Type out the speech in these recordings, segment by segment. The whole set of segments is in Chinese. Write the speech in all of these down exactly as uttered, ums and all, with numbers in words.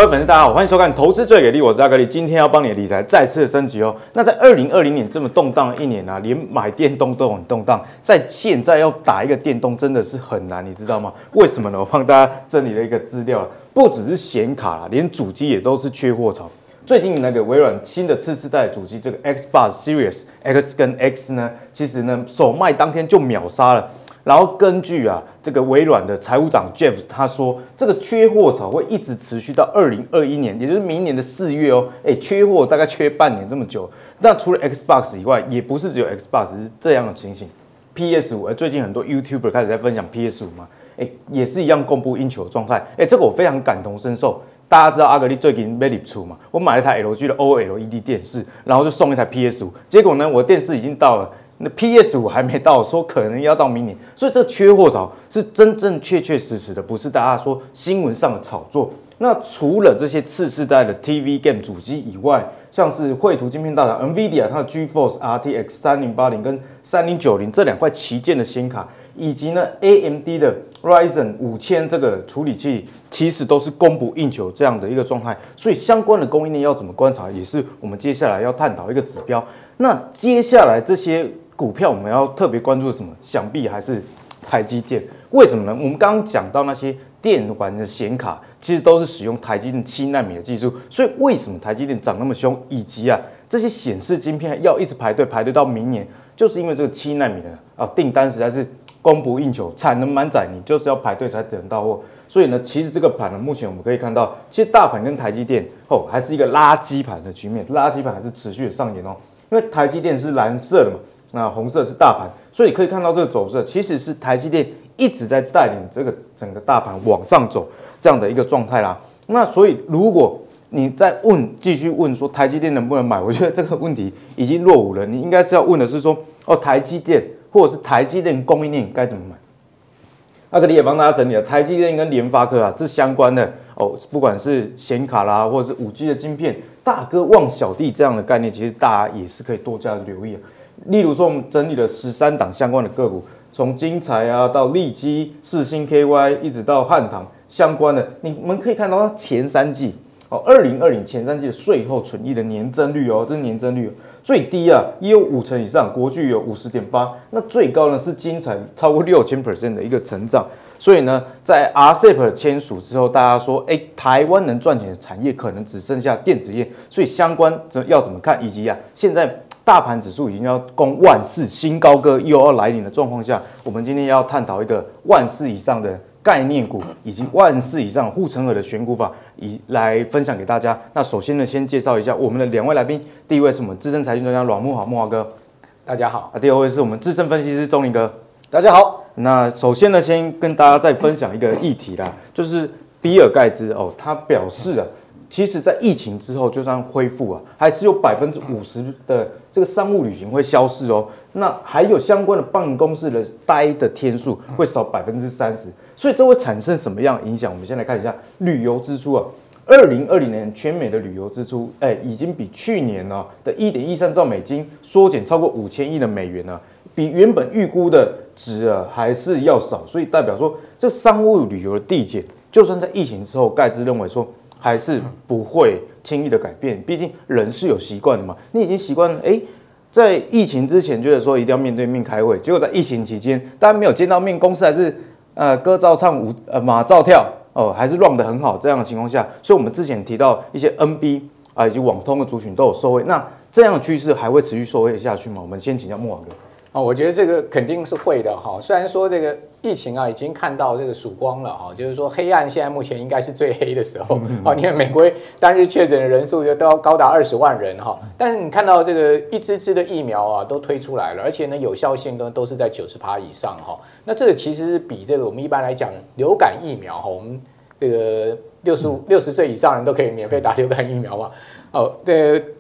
位粉丝，大家好，欢迎收看《投资最给力》，我是阿格力。今天要帮你的理财再次的升级哦。那在二零二零年这么动荡的一年啊，连买电动都很动荡，在现在要打一个电动真的是很难，你知道吗？为什么呢？我帮大家整理了一个资料，不只是显卡啦，连主机也都是缺货潮。最近那个微软新的次世代主机，这个 Xbox Series X 跟 X 呢，其实呢首卖当天就秒杀了。然后根据啊这个微软的财务长 Jeff 他说，这个缺货潮会一直持续到二零二一年，也就是明年的四月哦。哎，缺货大概缺半年这么久。那除了 Xbox 以外，也不是只有 Xbox 是这样的情形。P S 五，最近很多 YouTuber 开始在分享 P S 五嘛，哎，也是一样供不应求的状态。哎，这个我非常感同身受。大家知道阿格力最近买礼出嘛，我买了一台 L G 的 O L E D 电视，然后就送一台 P S 五。结果呢，我的电视已经到了。那 P S 五还没到，说可能要到明年，所以这个缺货潮是真正确确实实的，不是大家说新闻上的炒作。那除了这些次世代的 T V Game 主机以外，像是绘图晶片大厂 NVIDIA 它的 GeForce R T X 三零八零跟三零九零这两块旗舰的显卡，以及呢 A M D 的 Ryzen 五千这个处理器，其实都是供不应求这样的一个状态。所以相关的供应链要怎么观察，也是我们接下来要探讨一个指标。那接下来这些股票我们要特别关注的什么？想必还是台积电。为什么呢？我们刚刚讲到那些电玩的显卡，其实都是使用台积电七奈米的技术。所以为什么台积电涨那么凶，以及啊这些显示晶片要一直排队排队到明年，就是因为这个七奈米的啊订单实在是供不应求，产能满载，你就是要排队才等到货。所以呢，其实这个盘呢，目前我们可以看到，其实大盘跟台积电哦还是一个垃圾盘的局面，垃圾盘还是持续的上演哦。因为台积电是蓝色的嘛。那红色是大盘，所以你可以看到这个走势，其实是台积电一直在带领这个整个大盘往上走这样的一个状态啦。那所以如果你再问，继续问说台积电能不能买，我觉得这个问题已经落伍了。你应该是要问的是说，哦，台积电或者是台积电供应链该怎么买？阿格力也帮大家整理了台积电跟联发科啊，这相关的哦，不管是显卡啦，或者是五 G 的晶片，大哥望小弟这样的概念，其实大家也是可以多加留意啊。例如说，我们整理了十三档相关的个股，从精材啊到利基、世芯 K Y， 一直到汉唐相关的，你们可以看到它前三季哦，二零二零前三季的税后纯益的年增率哦，这是年增率最低啊，也有五成以上，国巨有五十点八，那最高呢是精材超过六千 percent 的一个成长。所以呢，在 R C E P 签署之后，大家说，哎，台湾能赚钱的产业可能只剩下电子业，所以相关要怎么看，以及啊，现在大盘指数已经要攻万四新高歌又要来临的状况下，我们今天要探讨一个万四以上的概念股，以及万四以上护城河的选股法，以来分享给大家。那首先呢，先介绍一下我们的两位来宾，第一位是我们资深财经专家阮慕郝，慕郝哥， 大家好； 啊，第二位是我们资深分析师钟林哥， 大家好。 那首先呢，先跟大家再分享一个议题啦，就是比尔盖茨哦，他表示啊，其实在疫情之后，就算恢复啊，还是有百分之五十的这个商务旅行会消失哦。那还有相关的办公室的待的天数会少百分之三十，所以这会产生什么样的影响？我们先来看一下旅游支出啊。二零二零年全美的旅游支出，哎，已经比去年啊的一点一三兆美金缩减超过五千亿的美元啊。比原本预估的值啊还是要少，所以代表说这商务旅游的递减，就算在疫情之后，盖茨认为说还是不会轻易的改变，毕竟人是有习惯的嘛。你已经习惯了，哎，在疫情之前觉得说一定要面对面开会，结果在疫情期间，大家没有见到面，公司还是呃歌照唱舞呃马照跳哦，还是 run 得很好这样的情况下，所以我们之前提到一些 N B 啊以及网通的族群都有受惠，那这样的趋势还会持续受惠下去吗？我们先请教慕郝哥。 哦，我觉得这个肯定是会的哈。虽然说这个疫情啊已经看到这个曙光了哈，就是说黑暗现在目前应该是最黑的时候啊。因为美国单日确诊的人数就都要高达二十万人哈，但是你看到这个一支支的疫苗啊都推出来了，而且呢有效性呢都是在九十趴以上哈。那这个其实是比这个我们一般来讲流感疫苗哈，我们这个六十五六十岁以上人都可以免费打流感疫苗嘛。哦，对。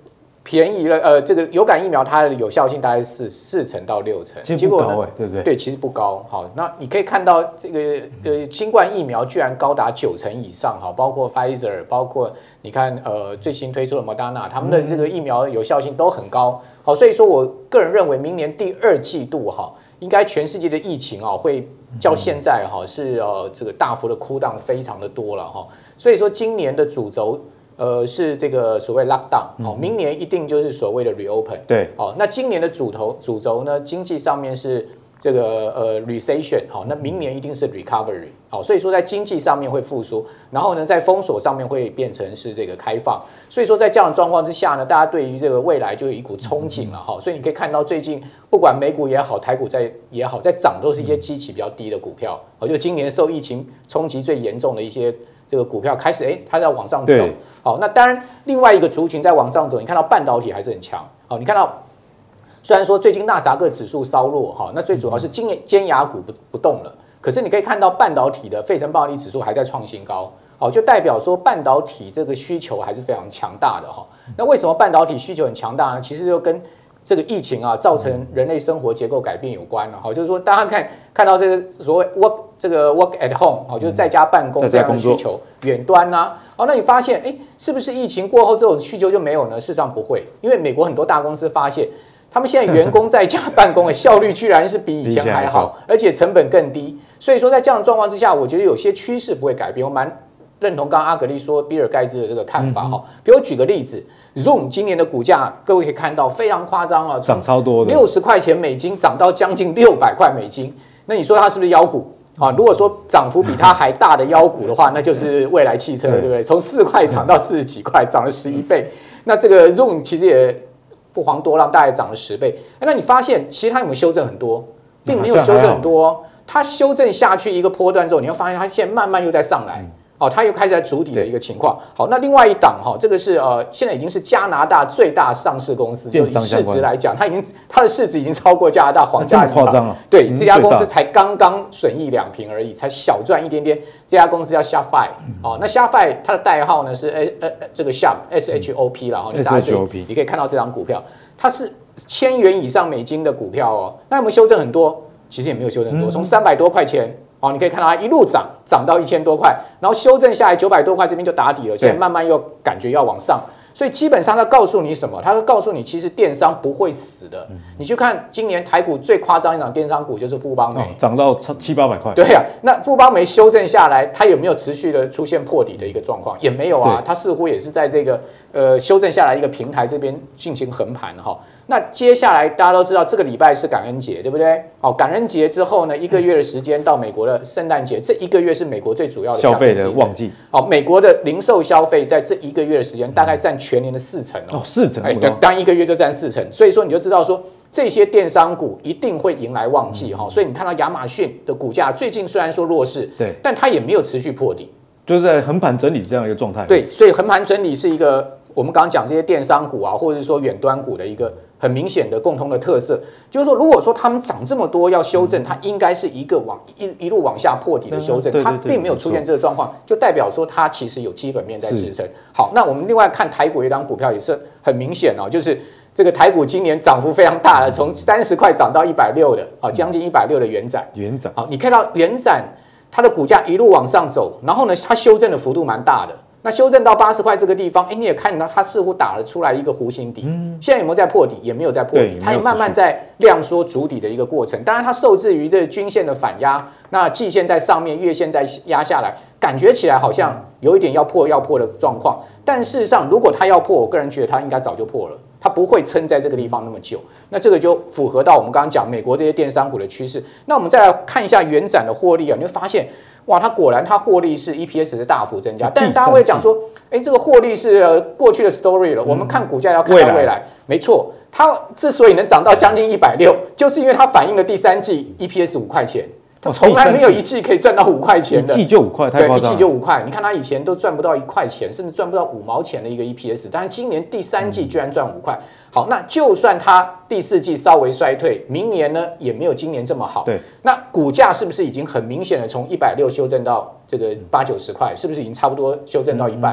便宜了，呃，这个流感疫苗它的有效性大概是四成到六成， 其实不高哎，对不对？ 对，其实不高。好，那你可以看到这个呃，新冠疫苗居然高达九成以上，哈，包括 Pfizer， 包括你看呃最新推出的 Moderna， 他们的这个疫苗有效性都很高。好，所以说我个人认为，明年第二季度哈，应该全世界的疫情啊会较现在哈是呃这个大幅的cool down非常的多了哈，所以说今年的主轴。呃，是这个所谓 lockdown，哦，明年一定就是所谓的 reopen， 对， 哦，那今年的主头主轴呢，经济上面是这个呃 recession， 好，那明年一定是 recovery， 好，所以说在经济上面会复苏，然后呢，在封锁上面会变成是这个开放，所以说在这样的状况之下呢，大家对于这个未来就有一股憧憬了哈，所以你可以看到最近不管美股也好，台股在也好，在涨都是一些基期比较低的股票，哦，就今年受疫情冲击最严重的一些。这个股票开始，哎，它在往上走。好，那当然，另外一个族群在往上走，你看到半导体还是很强。好，你看到虽然说最近纳斯达克指数稍弱，哈，那最主要是尖尖牙股不不动了。可是你可以看到半导体的费城半导体指数还在创新高，好，就代表说半导体这个需求还是非常强大的哈。那为什么半导体需求很强大呢？其实就跟这个疫情啊，造成人类生活结构改变有关了，好，就是说大家看看到这个所谓 work 这个 work at home， 好，就是在家办公这样的需求，远端呐，好，那你发现，哎，是不是疫情过后这种需求就没有呢？事实上不会，因为美国很多大公司发现，他们现在员工在家办公的效率居然是比以前还好，而且成本更低，所以说在这样的状况之下，我觉得有些趋势不会改变，我蛮认同刚刚阿格力说比尔盖茨的这个看法哈。给我举个例子 ，Zoom 今年的股价，各位可以看到非常夸张啊， 涨超多的， 六十块钱美金涨到将近六百块美金。那你说它是不是妖股啊？如果说涨幅比它还大的妖股的话，那就是蔚来汽车，对不对？从四块涨到四十几块，涨了十一倍。那这个 Zoom 其实也不遑多让，大概涨了十倍。那你发现其实它有没有修正很多？并没有修正很多、哦，它修正下去一个波段之后，你会发现它现在慢慢又在上来。嗯哦，它又开始在筑底的一个情况。好，那另外一档哈，这个是呃，现在已经是加拿大最大上市公司，就以市值来讲，它已经它的市值已经超过加拿大皇家银行。夸张啊！对，这家公司才刚刚损益两平而已，才小赚一点点。这家公司叫 Shopify， 哦，那 Shopify 它的代号呢是 A 呃这个 Shop S H O P 了哈，你打所以你可以看到这张股票，它是千元以上美金的股票哦。那有没有修正很多？其实也没有修正很多，从三百多块钱。好，你可以看到它一路涨，涨到一千多块，然后修正下来九百多块，这边就打底了。现在慢慢又感觉要往上，所以基本上它告诉你什么？它会告诉你，其实电商不会死的。嗯、你去看今年台股最夸张一档电商股就是富邦媒， 涨、哦、到七八百块。 对啊，那富邦媒修正下来，它有没有持续的出现破底的一个状况？也没有啊，它似乎也是在这个呃修正下来一个平台这边进行横盘哈。那接下来大家都知道，这个礼拜是感恩节，对不对？好，感恩节之后呢，一个月的时间到美国的圣诞节，这一个月是美国最主要的消费的旺季。 好，美国的零售消费在这一个月的时间大概占全年的四成哦，四成， 哎，当一个月就占四成，所以说你就知道说这些电商股一定会迎来旺季哈。所以你看到亚马逊的股价最近虽然说弱势，对，但它也没有持续破底， 就是在横盘整理这样一个状态。 对，所以横盘整理是一个我们刚刚讲这些电商股啊，或者是说远端股的一个很明显的共同的特色，就是说，如果说他们涨这么多要修正，它应该是一个往一一路往下破底的修正，它并没有出现这个状况，就代表说它其实有基本面在支撑。好，那我们另外看台股一档股票也是很明显哦，就是这个台股今年涨幅非常大的，从三十块涨到一百六的，啊，将近一百六的元展。 元展， 好，你看到元展它的股价一路往上走，然后呢，它修正的幅度蛮大的。那修正到八十块这个地方，哎，你也看到它似乎打了出来一个弧形底，嗯、现在有没有在破底？也没有在破底，它也慢慢在量缩筑底的一个过程。当然，它受制于这个均线的反压，那季线在上面，月线在压下来，感觉起来好像有一点要破要破的状况。但事实上，如果它要破，我个人觉得它应该早就破了，它不会撑在这个地方那么久。那这个就符合到我们刚刚讲美国这些电商股的趋势。那我们再来看一下元展的获利啊，你会发现。哇，它果然它获利是 E P S 是大幅增加，但大家会讲说，哎，这个获利是过去的 story 了。我们看股价要看到未来，没错，它之所以能涨到将近一百六，就是因为它反映了第三季 E P S 五块钱，它从来没有一季可以赚到五块钱的， 一季就五块，太夸张了。 对，一季就五块。你看它以前都赚不到一块钱，甚至赚不到五毛钱的一个 E P S， 但是今年第三季居然赚五块。好，那就算它第四季稍微衰退，明年呢也没有今年这么好。对，那股价是不是已经很明显的从一百六修正到这个八九十块？是不是已经差不多修正到一半了？嗯、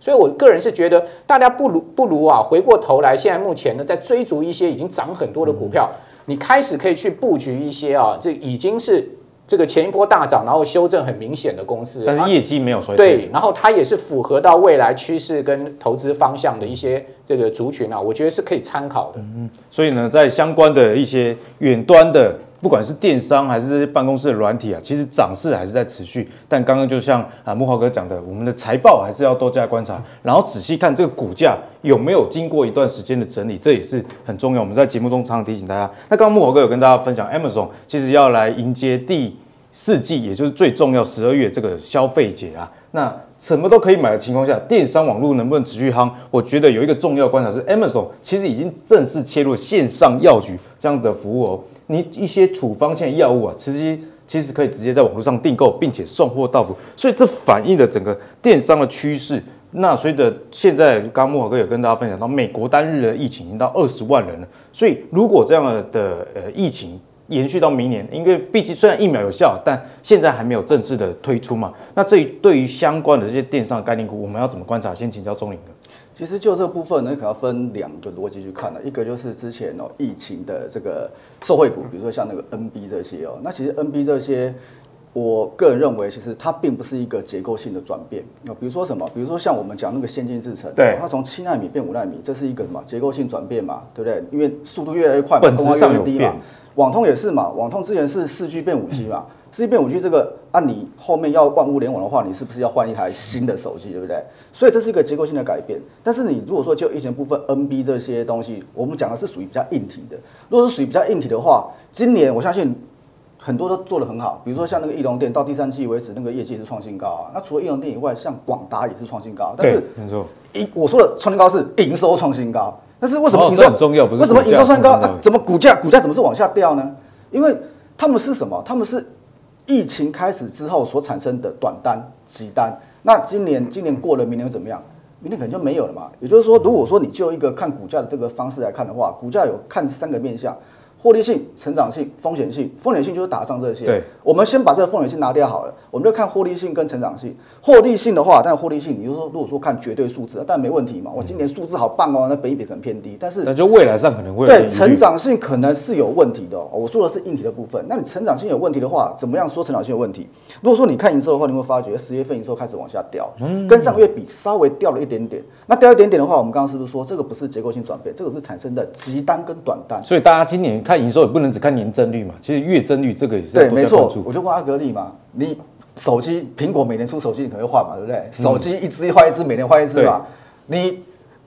所以我个人是觉得，大家不如不如啊，回过头来，现在目前呢，在追逐一些已经涨很多的股票，嗯、你开始可以去布局一些啊，这已经是。这个前一波大涨，然后修正很明显的公司， 但是业绩没有衰退。 对，然后它也是符合到未来趋势跟投资方向的一些这个族群啊，我觉得是可以参考的。 嗯，所以呢，在相关的一些远端的，不管是电商还是这些办公室的软体啊，其实涨势还是在持续。但刚刚就像啊木华哥讲的，我们的财报还是要多加观察，然后仔细看这个股价有没有经过一段时间的整理，这也是很重要。我们在节目中常常提醒大家。那刚刚木华哥有跟大家分享 ，Amazon 其实要来迎接第四季，也就是最重要十二月这个消费节啊，那什么都可以买的情况下，电商网络能不能持续夯？我觉得有一个重要观察是 ，Amazon 其实已经正式切入线上药局这样的服务哦。你一些处方线药物啊，其实其实可以直接在网络上订购，并且送货到府，所以这反映了整个电商的趋势。那随着现在，刚刚木华哥有跟大家分享到，美国单日的疫情已经到二十万人了，所以如果这样的呃疫情延续到明年，因为毕竟虽然疫苗有效，但现在还没有正式的推出嘛。那这对于相关的这些电商概念股，我们要怎么观察？先请教钟麟哥。 其实就这个部分呢，可能要分两个逻辑去看的。一个就是之前哦疫情的这个受惠股，比如说像那个 N B 这些哦，那其实 N B 这些，我个人认为其实它并不是一个结构性的转变。比如说什么？比如说像我们讲那个先进制程，对，它从七纳米变五纳米，这是一个什么结构性转变嘛，对不对？因为速度越来越快嘛，功耗越来越低嘛。网通也是嘛，网通之前是四 G 变五 G 嘛，四 G 变五 G 这个，按、啊、你后面要万物联网的话，你是不是要换一台新的手机，对不对？所以这是一个结构性的改变。但是你如果说就疫情部分 N B 这些东西，我们讲的是属于比较硬体的。如果是属于比较硬体的话，今年我相信很多都做得很好，比如说像那个翼龙电到第三季为止，那个业绩也是创新高啊。那除了翼龙电以外，像广达也是创新高，但是没错， 我说的创新高是营收创新高。但是为什么营收、 哦、很重要？不是为什么营收创高、啊？怎么股价股价怎么是往下掉呢？因为他们是什么？他们是疫情开始之后所产生的短单、急单。那今年今年过了，明年怎么样？明年可能就没有了嘛。也就是说，如果说你就一个看股价的这个方式来看的话，股价有看三个面向：获利性、成长性、风险性。风险性就是打上这些。对，我们先把这个风险性拿掉好了，我们就看获利性跟成长性。获利性的话，但是获利性，你就说如果说看绝对数字，但没问题嘛。我今年数字好棒哦，那本益比可能偏低，但是那就未来上可能会对成长性可能是有问题的、哦。我说的是硬体的部分。那你成长性有问题的话，怎么样说成长性有问题？如果说你看营收的话，你会发觉十月份营收开始往下掉，嗯、跟上个月比稍微掉了一点点。那掉一点点的话，我们刚刚是不是说这个不是结构性转变，这个是产生的急单跟短单？ 所以大家今年看营收也不能只看年增率嘛，其实月增率这个也是对，没错。我就问阿格力嘛，你手机苹果每年出手机你可能会换嘛，对不对？手机一支换一支，每年换一支嘛。你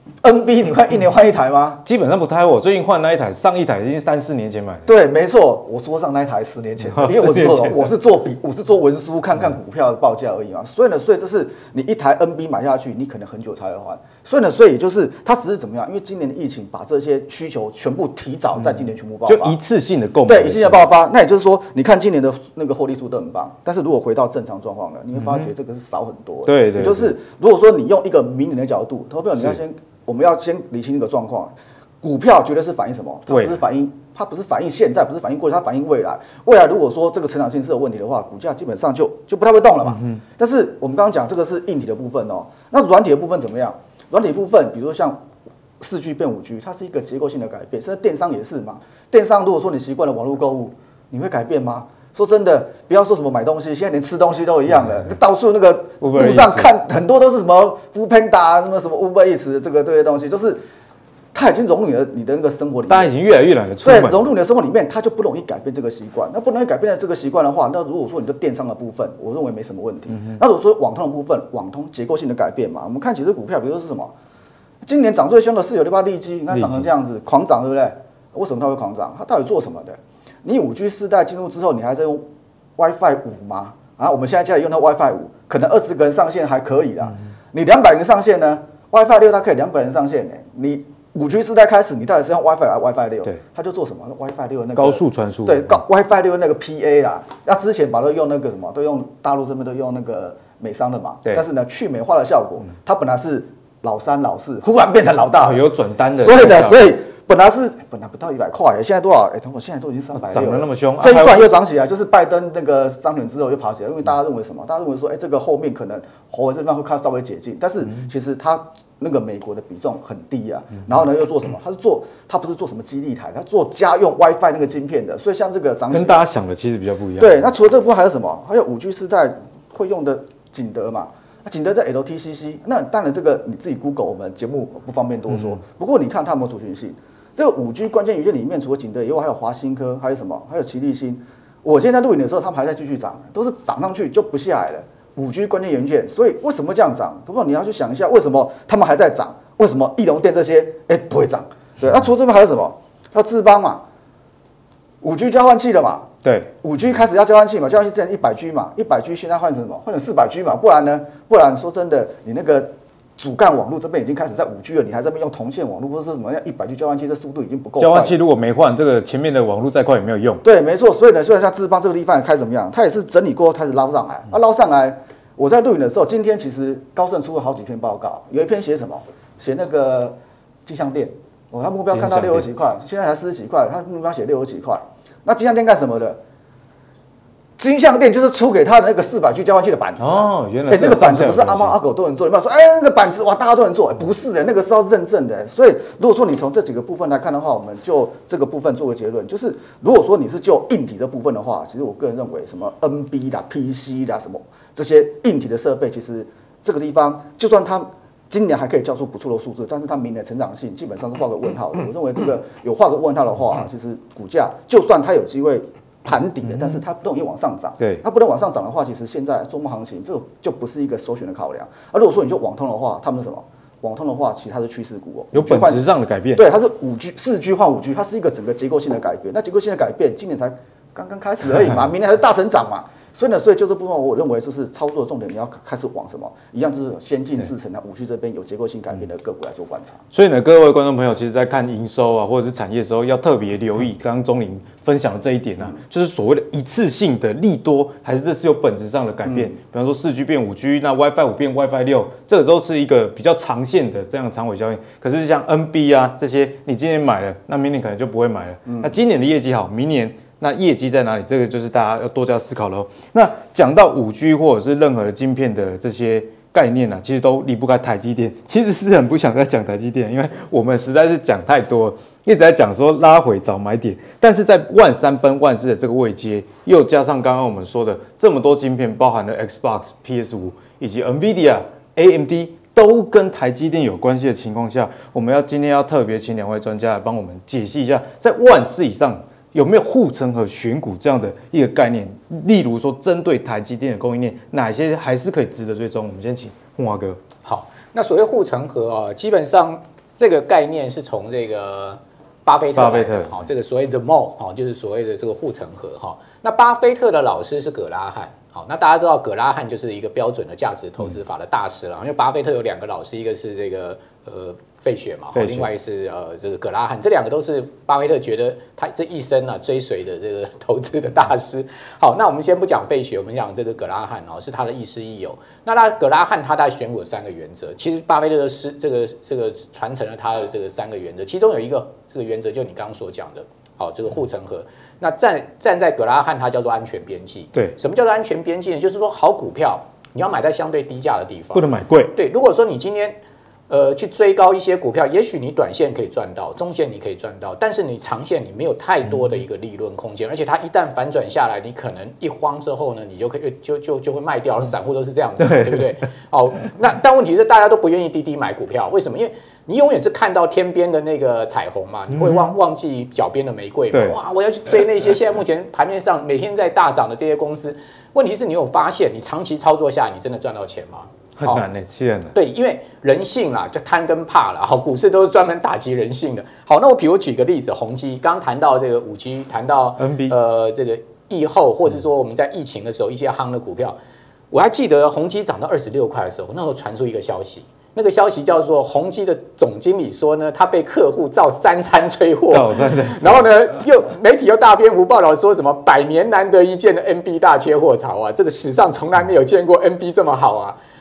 N B 你会一年换一台吗？ 基本上不太。我最近换那一台，上一台已经三四年前买的。 对，没错，我桌上那一台十年前，因为我是做我是做比我是做文书，看看股票的报价而已嘛。所以呢，所以这是你一台 N B 买下去，你可能很久才会换。所以呢，所以就是它只是怎么样？因为今年的疫情把这些需求全部提早在今年全部爆发， 就一次性的购买。 对，一次性的爆发。那也就是说，你看今年的那个获利数都很棒，但是如果回到正常状况了，你会发觉这个是少很多。 对对。 也就是如果说你用一个明年的角度，投票你要先。我们要先理清一个状况，股票绝对是反映什么？它不是反映，它不是反映现在，不是反映过去，它反映未来。未来如果说这个成长性是有问题的话，股价基本上就就不太会动了嘛。嗯、但是我们刚刚讲这个是硬体的部分哦，那软体的部分怎么样？软体部分，比如说像四 G 变五 G， 它是一个结构性的改变，甚至电商也是嘛。电商如果说你习惯了网络购物，你会改变吗？说真的，不要说什么买东西，现在连吃东西都一样了。到处那个路上看很多都是什么 Foodpanda 什么什么 Uber Eats 这个这些东西，就是它已经融入你的你的那个生活里面。 大家已经越来越懒得出门。 对，融入你的生活里面，它就不容易改变这个习惯。那不容易改变的这个习惯的话，那如果说你的电商的部分，我认为没什么问题。嗯、那如果说网通的部分，网通结构性的改变嘛，我们看几只股票，比如说是什么？今年涨最凶的是有六八利基，那涨成这样子，狂涨，对不对？为什么它会狂涨？它到底做什么的？你五 G 世代进入之后，你还在用 WiFi 五吗？啊，我们现在家里用的 WiFi 五，可能二十个人上线还可以啦。嗯、你两百人上线呢 ？WiFi 六它可以两百人上线呢、欸。你五 G 世代开始，你到底是用 WiFi 还是 WiFi 六？它就做什么 ？WiFi 六那个高速传输。 对，高 WiFi 六那个 P A 啦。那之前把它用那个什么，都用大陆这边都用那个美商的嘛。但是呢，去美化的效果，它本来是老三老四，忽然变成老大， 有转单的。 所以呢，所以。 本来是本来不到一百块，现在多少？哎、欸，我现在都已经三百六， 涨得那么凶， 这一段又涨起来，就是拜登那个当选之后又爬起来，因为大家认为什么？大家认为说，哎、欸，这个后面可能华为这地方会看稍微解禁，但是其实它那个美国的比重很低啊。然后呢，又做什么？它是做，它不是做什么基地台，它做家用 WiFi 那个晶片的，所以像这个涨起来跟大家想的其实比较不一样。 对，那除了这个部分还有什么？还有五 G 世代会用的景德嘛？那景德在 L T C C， 那当然这个你自己 Google， 我们节目不方便多说。不过你看它有没有族群性？这个五 G 关键元件里面，除了景德以外，还有华新科，还有什么？还有奇力新。我现在录影的时候，他们还在继续涨，都是涨上去就不下来了。五 G 关键元件，所以为什么这样涨？不过你要去想一下，为什么他们还在涨？为什么翼龙电这些哎、欸、不会涨？对，那除了这边还有什么？还有智邦嘛，五 G 交换器的嘛。 对， 五 G 开始要交换器嘛，交换器之前一百 G 嘛，一百 G 现在换成什么？换成四百 G 嘛，不然呢？不然说真的，你那个主干网络这边已经开始在五 G 了，你还在那边用铜线网络或者是什么样一百 G 交换器，这速度已经不够快。 交换器如果没换，这个前面的网络再快也没有用。 对，没错。所以呢，虽然像智邦这个地方也开始怎么样，它也是整理过后开始捞上来。啊，捞上来，我在录影的时候，今天其实高盛出了好几篇报告，有一篇写什么？写那个金像电，哦，他目标看到六十几块，现在才四十几块，他目标写六十几块。那金像电干什么的？金像电就是出给他的那个四百 G 交换器的板子哦，原来哎、欸，那个板子不是阿猫阿狗都能做，你不要说哎、欸、那个板子哇大家都能做，欸、不是的、欸，那个是要认证的、欸。所以如果说你从这几个部分来看的话，我们就这个部分做个结论，就是如果说你是就硬体的部分的话，其实我个人认为什么 N B 啦、P C 啦什么这些硬体的设备，其实这个地方就算它今年还可以交出不错的数字，但是它明年成长性基本上是画个问号的。我认为这个有画个问号的话，其实股价就算它有机会盘底的，但是它不容易往上涨。 对， 它不能往上涨的话，其实现在周末行情这个就不是一个首选的考量。而、啊、如果说你就网通的话，他们是什么？网通的话，其实它是趋势股哦， 有本质上的改变。 对，它是五 G、四 G 换五 G， 它是一个整个结构性的改变。那结构性的改变，今年才刚刚开始而已嘛，明年还是大成长嘛。所以呢，所以就这部分，我认为就是操作的重点，你要开始往什么？一样就是先进制程啊，五 G 这边有结构性改变的个股来做观察。 所以呢，各位观众朋友，其实在看营收啊，或者是产业的时候，要特别留意刚刚钟林分享的这一点啊，就是所谓的一次性的利多，还是这是有本质上的改变。嗯、比方说四 G 变五 G， 那 WiFi 五变 WiFi 六，这个都是一个比较长线的这样的长尾效应。可是像 N B 啊这些，你今年买了，那明年可能就不会买了。嗯、那今年的业绩好，明年。那业绩在哪里？这个就是大家要多加思考喽。那讲到五 G 或者是任何的晶片的这些概念啊，其实都离不开台积电。其实是很不想再讲台积电，因为我们实在是讲太多了，一直在讲说拉回找买点。但是在万三奔万四的这个位阶，又加上刚刚我们说的这么多晶片，包含了 Xbox、P S 五 以及 NVIDIA、A M D。都跟台积电有关系的情况下，我们要今天要特别请两位专家来帮我们解析一下，在万四以上有没有护城河选股这样的一个概念？例如说，针对台积电的供应链，哪些还是可以值得追踪？我们先请凤华哥。 好，那所谓护城河啊，基本上这个概念是从这个巴菲特，巴菲特，好，这个所谓的 moat， 好，就是所谓的这个护城河哈。那巴菲特的老师是葛拉汉。好，那大家知道葛拉汉就是一个标准的价值投资法的大师了，因为巴菲特有两个老师，一个是这个呃费雪嘛，另外是呃这个葛拉汉，这两个都是巴菲特觉得他这一生啊追随的这个投资的大师。好，那我们先不讲费雪，我们讲这个葛拉汉哦，是他的亦师亦友。那他葛拉汉他在选股有三个原则，其实巴菲特的师这个这个传承了他的这个三个原则，其中有一个这个原则就你刚刚所讲的，好，这个护城河。那站站在葛拉汉，它叫做安全边际。 对， 什么叫做安全边际呢？就是说，好股票你要买在相对低价的地方， 不能买贵。 对，如果说你今天呃去追高一些股票，也许你短线可以赚到，中线你可以赚到，但是你长线你没有太多的一个利润空间，而且它一旦反转下来，你可能一慌之后呢，你就可以就就就会卖掉了。散户都是这样子，对, 对不对？哦，那但问题是大家都不愿意低低买股票，为什么？因为你永远是看到天边的那个彩虹嘛，你会忘忘记脚边的玫瑰嘛？哇，我要去追那些现在目前盘面上每天在大涨的这些公司。问题是你有发现，你长期操作下，你真的赚到钱吗？ 很难的，是很难。 对，因为人性啦，就贪跟怕啦。好，股市都是专门打击人性的。好，那我比如举个例子，宏基刚谈到这个五 G， 谈到 N B， 呃这个疫后，或者说我们在疫情的时候一些夯的股票，我还记得宏基涨到二十六块的时候，那时候传出一个消息。那个消息叫做宏基的总经理说呢，他被客户照三餐催货，然后呢，又媒体又大篇幅报道说什么百年难得一见的 N B 大缺货潮啊，这个史上从来没有见过 N B 这么好啊。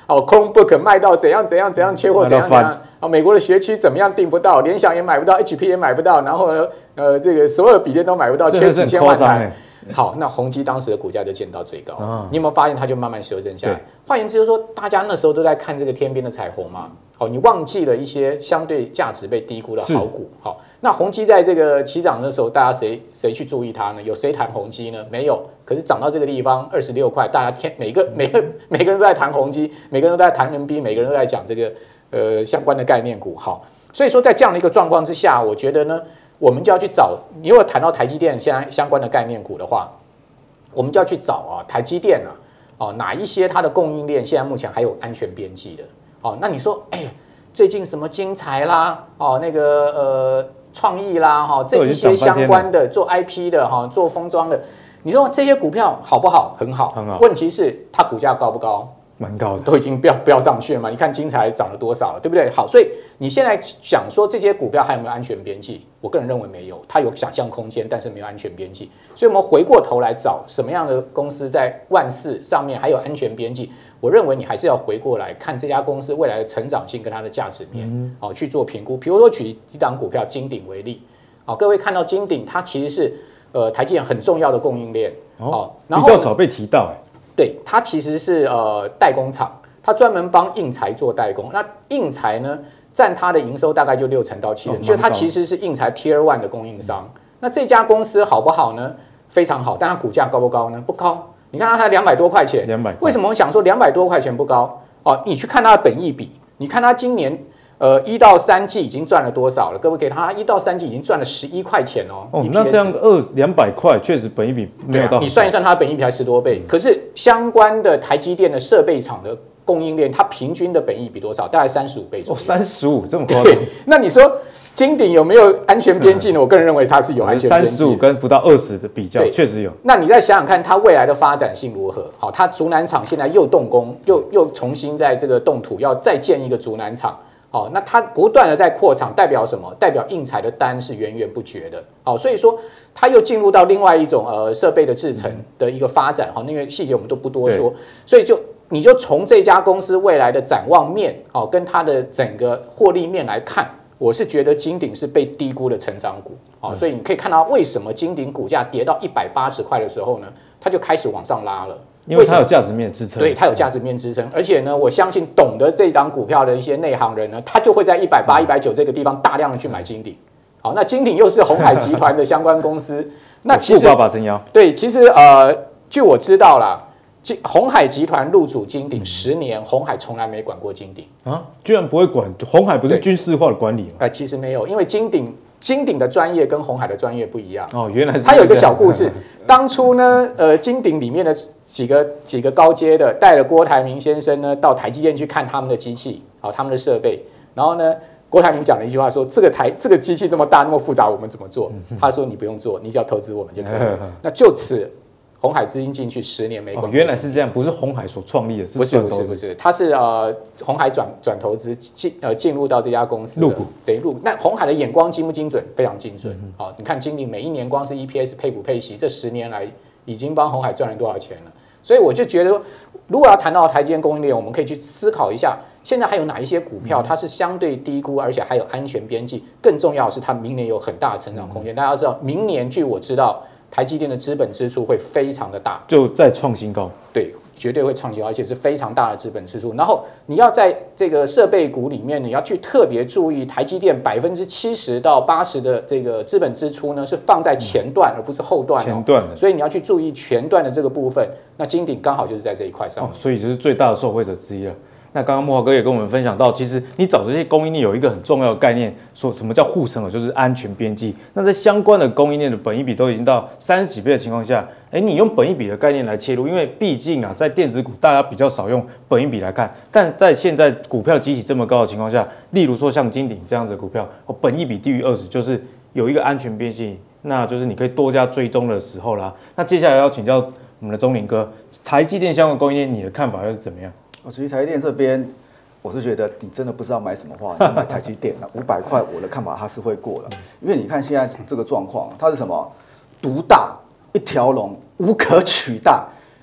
哦 ，Chromebook 卖到怎样怎样怎样缺货怎样怎样啊，美国的学区怎么样订不到，联想也买不到 ，H P 也买不到，然后呢，呃，这个所有笔电都买不到，缺几千万台。好，那宏基当时的股价就见到最高，哦、你有没有发现它就慢慢修正下来？换言之，就是说大家那时候都在看这个天边的彩虹嘛。好，你忘记了一些相对价值被低估的好股。好，那宏基在这个起涨的时候，大家谁谁去注意它呢？有谁谈宏基呢？没有。可是涨到这个地方二十六块，大家天每个每个每个人都在谈宏基，每个人都在谈 N B， 每个人都在讲这个呃相关的概念股。好，所以说在这样的一个状况之下，我觉得呢。我们就要去找，你如果谈到台积电现在相关的概念股的话，我们就要去找啊，台积电啊，哦哪一些它的供应链现在目前还有安全边际的？哦，那你说，哎，最近什么精材啦，哦那个呃创意啦，哈、哦、这一些相关的做 I P 的哈、哦、做封装的，你说这些股票好不好？很好，很好。问题是它股价高不高？ 蛮高的， 都已经飙飙上去了嘛？你看精材涨了多少了，对不对？好，所以你现在想说这些股票还有没有安全边际？我个人认为没有，它有想象空间，但是没有安全边际。所以我们回过头来找什么样的公司在万事上面还有安全边际？我认为你还是要回过来看这家公司未来的成长性跟它的价值面，嗯、哦去做评估。比如说举一档股票金鼎为例，哦，各位看到金鼎它其实是呃台积电很重要的供应链， 哦，然后比较少被提到，哎。 对，它其实是呃代工厂，它专门帮应材做代工。那应材呢，占它的营收大概就六成到七成，所以它其实是应材 Tier One 的供应商。那这家公司好不好呢？非常好，但它股价高不高呢？不高。你看它才两百多块钱，两百。为什么我想说两百多块钱不高？哦，你去看它的本益比，你看它今年。呃，一到三季已经赚了多少了？各位给他一到三季已经赚了十一块钱哦。 哦，那这样二两百块确实本益比没有到、啊。 你算一算，它的本益比才十多倍。可是相关的台积电的设备厂的供应链，它平均的本益比多少？大概三十五倍左右。 哦，三十五这么高？ 对。那你说金鼎有没有安全边际呢？我个人认为它是有安全边际。 三十五跟不到二十的比较，确实有。 那你再想想看，它未来的发展性如何？好，它竹南厂现在又动工，又又重新在这个动土，要再建一个竹南厂。哦，那它不断的在扩厂，代表什么？代表应材的单是源源不绝的。好、哦，所以说它又进入到另外一种呃设备的制程的一个发展。好、哦，那个细节我们都不多说。所以就你就从这家公司未来的展望面，哦，跟它的整个获利面来看，我是觉得金鼎是被低估的成长股。好、哦，所以你可以看到为什么金鼎股价跌到一百八十块的时候呢，它就开始往上拉了。 因为它有价值面支撑， 对，它有价值面支撑，而且呢，我相信懂得这档股票的一些内行人呢，他就会在一百八、一百九这个地方大量的去买金鼎。好，那金鼎又是鸿海集团的相关公司，那其实富爸爸撑腰。 对，其实呃，据我知道啦，鸿海集团入主金鼎十年，鸿海从来没管过金鼎啊，居然不会管？鸿海不是军事化的管理吗？ 哎、呃，其实没有，因为金鼎。金鼎的专业跟鸿海的专业不一样哦，原来是。 它有一个小故事，当初呢，呃，金鼎里面的几个几个高阶的带了郭台铭先生呢到台积电去看他们的机器，好、哦，他们的设备，然后呢，郭台铭讲了一句话说：“这个台这个机器这么大那么复杂，我们怎么做？”他说：“你不用做，你只要投资我们就可以了。”那就此。鸿海资金进去十年没管、 哦，原来是这样，不是鸿海所创立的，是不是不是不是，它是呃鸿海转转投资进呃进入到这家公司入股， 对入股。那鸿海的眼光精不精准？非常精准。嗯、好，你看金鼎每一年光是 E P S 配股配息，这十年来已经帮鸿海赚了多少钱了？所以我就觉得，如果要谈到台积电供应链，我们可以去思考一下，现在还有哪一些股票它是相对低估，而且还有安全边际？更重要的是，它明年有很大的成长空间。大家要知道，明年据我知道。台积电的资本支出会非常的大， 就再创新高， 对，绝对会创新高，而且是非常大的资本支出。然后你要在这个设备股里面，你要去特别注意，台积电百分之七十到八十的这个资本支出呢，是放在前段，而不是后段、哦。 前段， 所以你要去注意前段的这个部分。那金鼎刚好就是在这一块上、哦， 所以就是最大的受惠者之一了。那刚刚慕骅哥也跟我们分享到，其实你找这些供应链有一个很重要的概念，说什么叫护城河，就是安全边际。那在相关的供应链的本益比都已经到三十几倍的情况下，哎，你用本益比的概念来切入，因为毕竟啊，在电子股大家比较少用本益比来看，但在现在股票基期这么高的情况下，例如说像金鼎这样子的股票，哦，本益比低于二十，就是有一个安全边际，那就是你可以多加追踪的时候啦。那接下来要请教我们的钟林哥，台积电相关供应链，你的看法又是怎么样？ 哦，其实台积电这边，我是觉得你真的不知道买什么话，你买台积电啊，五百块，我的看法它是会过了，因为你看现在这个状况，它是什么？独大一条龙，无可取代。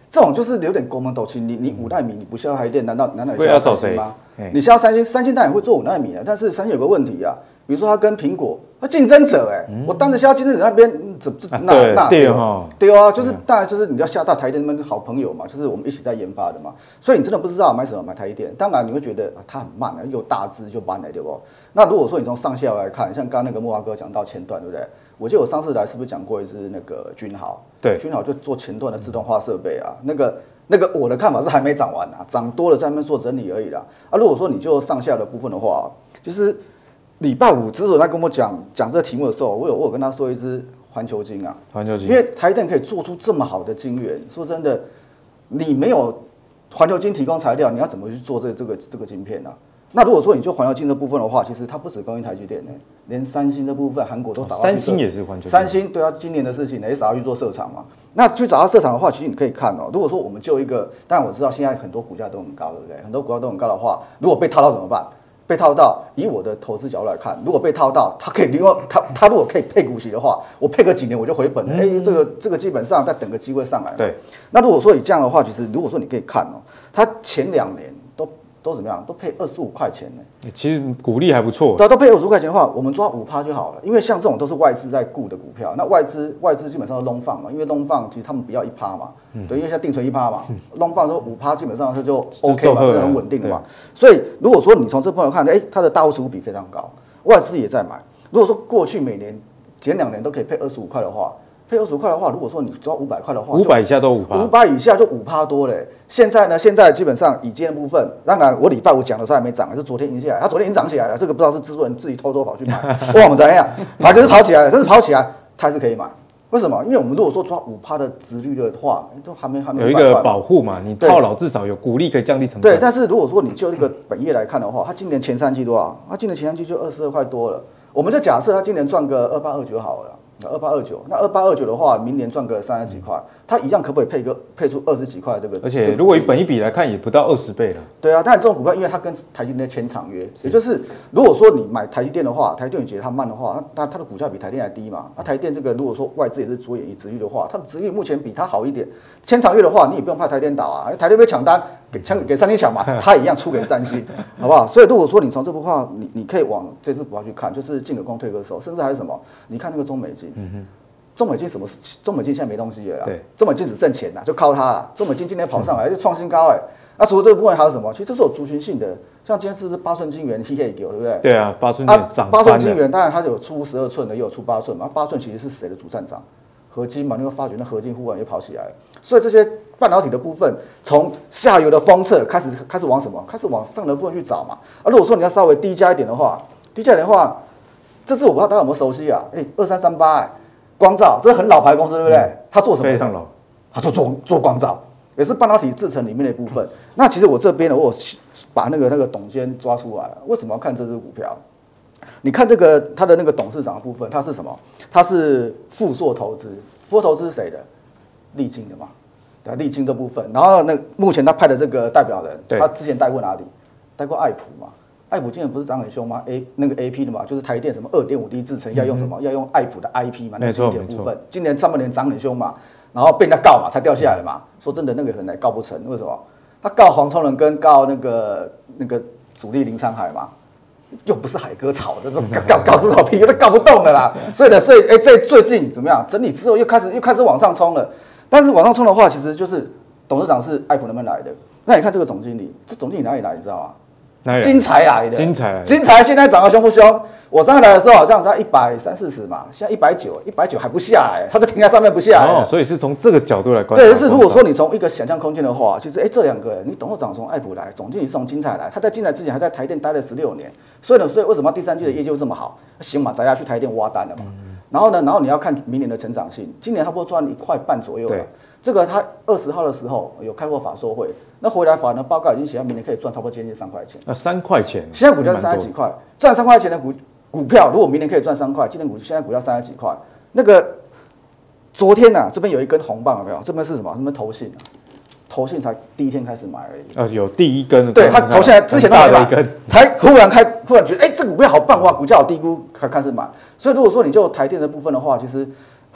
这种就是有点国门斗气。你你五奈米你不需要台电，难道难道你需要找谁吗？你需要三星，三星当然会做五奈米啊，但是三星有个问题啊，比如说它跟苹果，它竞争者哎、欸，嗯、我当时下竞争者那边怎那、啊、那对啊，对啊，就是当然就是你要下到台电那边好朋友嘛，就是我们一起在研发的嘛，所以你真的不知道买什么买台电，当然你会觉得、啊、它很慢啊，又大只就慢了，对不？那如果说你从上下来看，像刚刚那个木华哥讲到前段，对不对？我记得我上次来是不是讲过一支那个君豪？ 对， 君豪就做前段的自动化设备啊，那个。那个我的看法是还没涨完啊，涨多了在那边做整理而已啦。啊，如果说你就上下的部分的话，其实礼拜五之所以他跟我讲讲这个题目的时候，我有我有跟他说一支环球晶啊， 环球晶， 因为台电可以做出这么好的晶圆，说真的，你没有环球晶提供材料，你要怎么去做这个、这个这个晶片啊？那如果说你就环球晶这部分的话，其实它不止供应台积电呢、欸，连三星这部分韩国都找到。 三星也是环球晶。 三星对啊，今年的事情呢也找他去做设厂嘛。那去找他设厂的话，其实你可以看哦、喔。如果说我们就一个，当然我知道现在很多股价都很高，对不对？很多股价都很高的话，如果被套到怎么办？被套到，以我的投资角度来看，如果被套到，它可以另外，它它如果可以配股息的话，我配个几年我就回本了。哎、嗯欸，这个这个基本上再等个机会上来。 对。 那如果说以这样的话，其实如果说你可以看哦、喔，它前两年都。都怎么样？都配二十五块钱呢。 其实股利还不错。 对啊，都配二十五块钱的话，我们抓五趴就好了。因为像这种都是外资在顾的股票，那外资外资基本上都 long 放嘛，因为 long 放其实他们不要一趴嘛，嗯、对，因为现在定存一趴嘛、嗯、，long 放说五趴基本上它就 OK 嘛，是很稳定的嘛。所以如果说你从这部分看，哎、欸，它的大户持股比非常高，外资也在买。如果说过去每年前两年都可以配二十五块的话。配二十块的话，如果说你抓五百块的话， 五百以下都五趴， 五百以下就五趴多嘞。现在呢，现在基本上以今天的部分，当然我礼拜五讲的时候还没涨，是昨天已经下来，它昨天已经涨起来了。这个不知道是制作人自己偷偷跑去买，哇，我们怎样？反正就是跑起来了，但是跑起来它还是可以买。为什么？因为我们如果说抓五趴的殖率的话，都还没还没有一个保护嘛，你套牢至少有股利可以降低成本。 对，但是如果说你就一个本业来看的话，它今年前三季多少？它今年前三季就二十二块多了。我们就假设它今年赚个二八二九好了。二八二九，那二八二九的话，明年赚个三十几块，它一样可不可以配个配出二十几块这个？ 而且如果以本益比来看，也不到二十倍了。 对啊，但这种股票因为它跟台积电签长约，也就是如果说你买台积电的话，台积电你觉得它慢的话，那它的股价比台电还低嘛？那台积电这个如果说外资也是着眼于殖利率的话，它的殖利率目前比它好一点，签长约的话，你也不用怕台电倒啊，台电被抢单给抢给三星抢嘛，它一样出给三星，好不好？所以如果说你从这部分，你你可以往这支股票去看，就是进可攻退可守，甚至还是什么？你看那个中美金，嗯哼。中美金什么？中美金现在没东西了啦。对，中美金只挣钱啦，就靠它啦。中美金今天跑上来就创新高哎、欸。那除了这个部分还有什么？其实这是有族群性的，像今天是不是八寸晶圆 T K 九，对不对？ 对啊，八寸晶涨八寸晶圆当然它有出十二寸的，也有出八寸嘛。八寸其实是谁的主战场？合金嘛，你会发觉那合金忽然也跑起来了。所以这些半导体的部分，从下游的封测开始开始往什么？开始往上的部分去找嘛。啊，如果说你要稍微低价一点的话，低价一点的话，这次我不知道大家有没有熟悉啊？哎、欸，二三三八哎。光罩，这是很老牌公司，对不对？嗯、他做什么？ 非常老。 他做做做光罩，也是半导体制程里面的一部分。嗯、那其实我这边呢，我有把那个那个董监抓出来，为什么要看这支股票？你看这个他的那个董事长的部分，他是什么？他是富硕投资，富硕投资是谁的？力晶的嘛，对、啊，力晶的部分。然后那目前他派的这个代表人，他之前带过哪里？带过爱普嘛。爱普今年不是涨很凶吗 ？A 那个 A P 的嘛，就是台电什么 二点五 D 制程要用什么？嗯、要用爱普的 I P 嘛，那个一点部分。今年上半年涨很凶嘛，然后被人家告嘛，才掉下来嘛。说真的，那个很难告不成，为什么？他告黄崇仁跟告那个那个主力林昌海嘛，又不是海哥炒的，告告这种屁，都告不动了啦。所以呢，所以哎，这最近怎么样？整理之后又开始又开始往上冲了。但是往上冲的话，其实就是董事长是爱普那边来的。那你看这个总经理，这总经理哪里来？你知道吗？精彩来的， 精彩， 精彩！现在涨得凶不凶？我上来的时候好像在一百三四十嘛，现在一百九，一百九还不下来，它就停在上面不下来。 哦，所以是从这个角度来观察。 对，就是如果说你从一个想象空间的话，其实哎、欸，这两个人，你董事长从爱普来，总经理是从精彩来，他在精彩之前还在台电待了十六年，所以呢，所以为什么第三季的业绩这么好？行嘛，咱要去台电挖单了嘛。嗯、然后呢，然后你要看明年的成长性，今年差不多赚一块半左右了。这个他二十号的时候有开过法说会，那回来法人报告已经写到明年可以赚差不多接近三块钱。 那三块钱， 现在股价是三十几块，赚三块钱的股股票，如果明年可以赚三块，今年股现在股价三十几块。那个昨天呐、啊，这边有一根红棒，有没有？这边是什么？这边投信啊，投信才第一天开始买而已。 啊，有第一根。 对，他投信之前都没买，才忽然开，忽然觉得，哎、欸，这股票好棒哇，股价好低估，才开始买。所以如果说你就台电的部分的话，其实。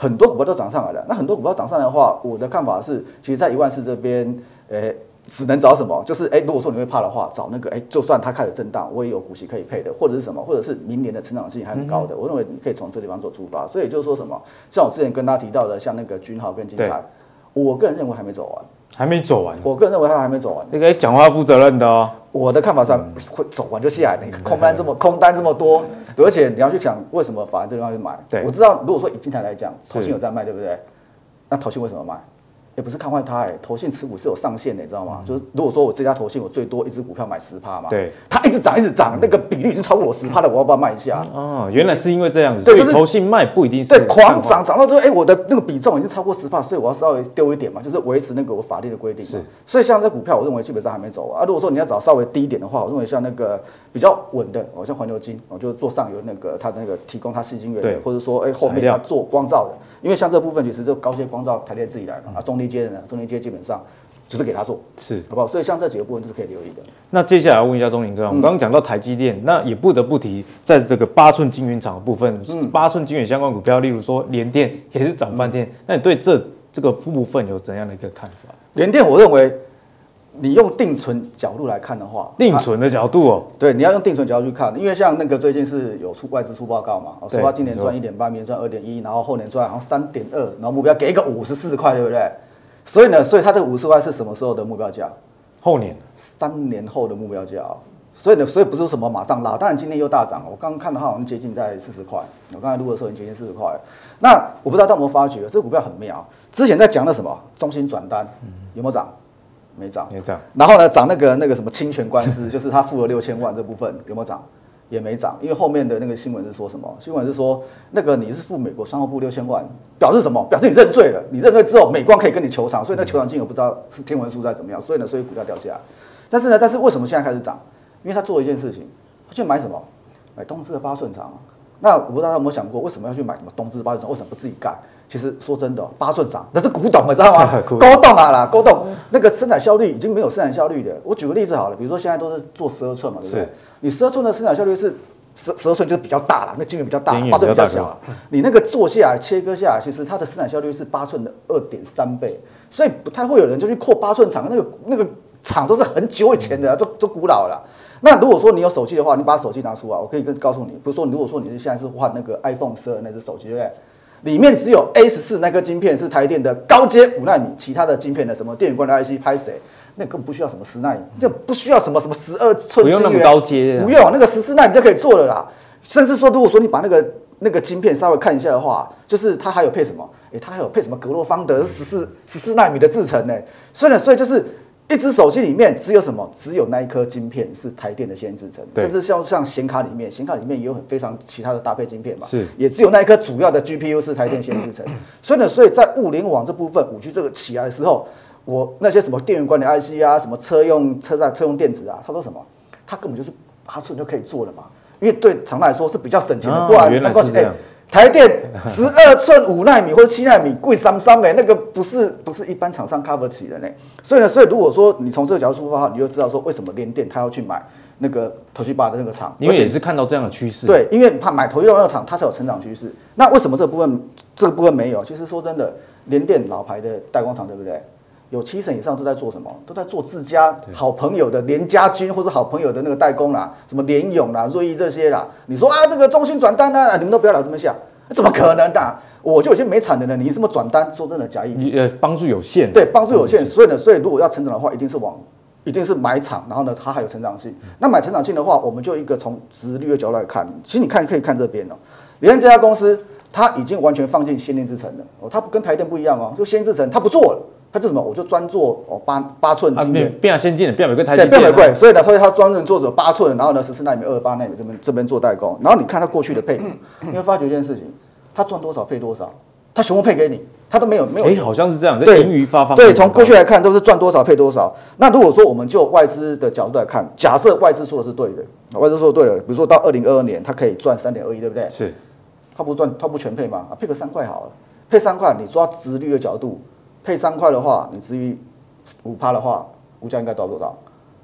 很多股票都涨上来了。那很多股票涨上来的话，我的看法是，其实在一万四这边，呃。只能找什么？就是哎、欸，如果说你会怕的话，找那个哎、欸，就算它开始震荡，我也有股息可以配的，或者是什么，或者是明年的成长性还很高的，嗯、我认为你可以从这地方做出发。所以就是说什么，像我之前跟大家提到的，像那个君豪跟金财，我个人认为还没走完， 还没走完。 我个人认为它还没走完。 那个讲话负责任的哦。 我的看法上会走完就下来，你空单这么空单这么多，而且你要去想为什么法人这地方去买。我知道，如果说以金财来讲，投信有在卖，对不对？那投信为什么卖？也不是看坏它，哎，投信持股是有上限的，你知道吗？嗯、就是如果说我这家投信，我最多一只股票买十趴嘛， 对， 它一直涨一直涨，那个比例已经超过我十趴了，我要不要卖一下？ 哦，原来是因为这样子，对，就是投信卖不一定是对狂涨，涨到最后，哎，我的那个比重已经超过十趴，所以我要稍微丢一点嘛，就是维持那个我法律的规定嘛。所以像这股票，我认为基本上还没走啊。如果说你要找稍微低一点的话，我认为像那个比较稳的，哦，像环球金，我就做上游那个它那个提供它细晶圆的，或者说哎后面它做光照的，因为像这部分其实就高阶光照台积电自己来嘛，啊，中低阶的呢，中低阶基本上就是给他做，是好不好？所以像这几个部分就是可以留意的。那接下来问一下钟林哥，我们刚刚讲到台积电，那也不得不提在这个八寸晶圆厂的部分，八寸晶圆相关股票，例如说联电也是涨翻天。那你对这这个部分有怎样的一个看法？联电，我认为你用定存角度来看的话，定存的角度哦，对，你要用定存角度去看，因为像那个最近是有出外资出报告嘛，说他今年赚一点八，明年赚二点一，然后后年赚好像三点二，然后目标给一个五十四块，对不对？所以呢，所以它这个五十块是什么时候的目标价？后年，三年后的目标价、哦。所以呢，所以不是什么马上拉，当然今天又大涨。我刚刚看到它好像接近在四十块，我刚才录的时候已经接近四十块。那我不知道大家有没有发觉，这个股票很妙。之前在讲的什么中兴转单，有没有涨？没涨，没涨。然后呢，涨那个那个什么侵权官司，就是他付了六千万这部分有没有涨？也没涨，因为后面的那个新闻是说什么？新闻是说那个你是付美国商务部六千万，表示什么？表示你认罪了。你认罪之后，美光可以跟你求偿，所以那求偿金额不知道是天文数在怎么样，所以呢，所以股价掉下来。但是呢，但是为什么现在开始涨？因为他做了一件事情，他去买什么？买东芝的八寸厂。那我不知道他有没有想过，为什么要去买什么东芝八寸厂？为什么不自己盖？其实说真的，八寸厂那是古董，你知道吗？勾动啊啦，勾动那个生产效率已经没有生产效率的。我举个例子好了，比如说现在都是做十二寸嘛，对不对？你十二寸的生产效率是十十二寸就是比较大了，那晶圆比较大，八寸比较小了。你那个做下来切割下来，其实它的生产效率是八寸的二点三倍，所以不太会有人就去扩八寸厂。那个那个厂都是很久以前的，都都古老了。那如果说你有手机的话，你把手机拿出来，我可以跟告诉你，比如说，如果说你是现在是换那个 iPhone 十二那只手机，对不对？里面只有 A 十四那颗晶片是台电的高阶五纳米，其他的晶片的什么电源管理 I C 拍谁？那根本不需要什么十纳米，那不需要什么什么十二寸晶圆，不用那么高阶，不用那个十四纳米就可以做了啦。甚至说，如果说你把那个那个晶片稍微看一下的话，就是它还有配什么？哎、欸，它还有配什么格洛方德十四十四纳米的制程呢？所以呢，所以就是一只手机里面只有什么？只有那一颗晶片是台电的先制程，甚至像像显卡里面，显卡里面也有很非常其他的搭配晶片嘛，是也只有那一颗主要的 G P U 是台电先制程。所以呢，所以在物联网这部分，五 G 这个起来的时候，我那些什么电源管理 I C 啊，什么车用车载车用电子啊，它都什么？它根本就是八寸就可以做了嘛。因为对厂来说是比较省钱的，不然没关系。哎，台电十二寸五纳米或者七纳米贵三三哎，那个不是不是一般厂商 cover 起的呢。所以呢，所以如果说你从这个角度出发，你就知道说为什么联电他要去买那个Toshiba的那个厂，因为也是看到这样的趋势。对，因为他买Toshiba那个厂，它才有成长趋势。那为什么这个部分这个部分没有？其实说真的，联电老牌的代工厂，对不对？有七成以上都在做什么？都在做自家好朋友的联家军或者好朋友的那个代工啦，什么联咏啦、瑞昱这些啦。你说啊，这个中兴转单啊，你们都不要老这么想，怎么可能的、啊？我就有些没产的人，你什么转单？说真的，假议呃帮助有限，对，帮助有限。所以呢，所以如果要成长的话，一定是往，一定是买厂，然后呢，它还有成长性。那买成长性的话，我们就一个从殖利率的角度来看，其实你看可以看这边哦，联电这家公司，它已经完全放进先进制程了哦，它跟台电不一样哦，就先进制程它不做了。它做什么？我就专做哦八八寸晶圆，变先进的，变美贵台积电，对，变美贵，所以呢，所以它专门做着八寸，然后呢十四纳米、二十八纳米这边这边做代工。然后你看它过去的配股，你会发觉一件事情，它赚多少配多少，它全部配给你，它都没有没有。哎、欸，好像是这样，对，盈余发放。对，从过去来看都是赚多少配多少。那如果说我们就外资的角度来看，假设外资说的是对的，外资说的对了，比如说到二零二二年它可以赚三点二亿，对不对？是，它不赚，它不全配吗？啊，配个三块好了，配三块，你抓殖利率的角度。配三块的话，你至于五趴的话，股价应该到多少？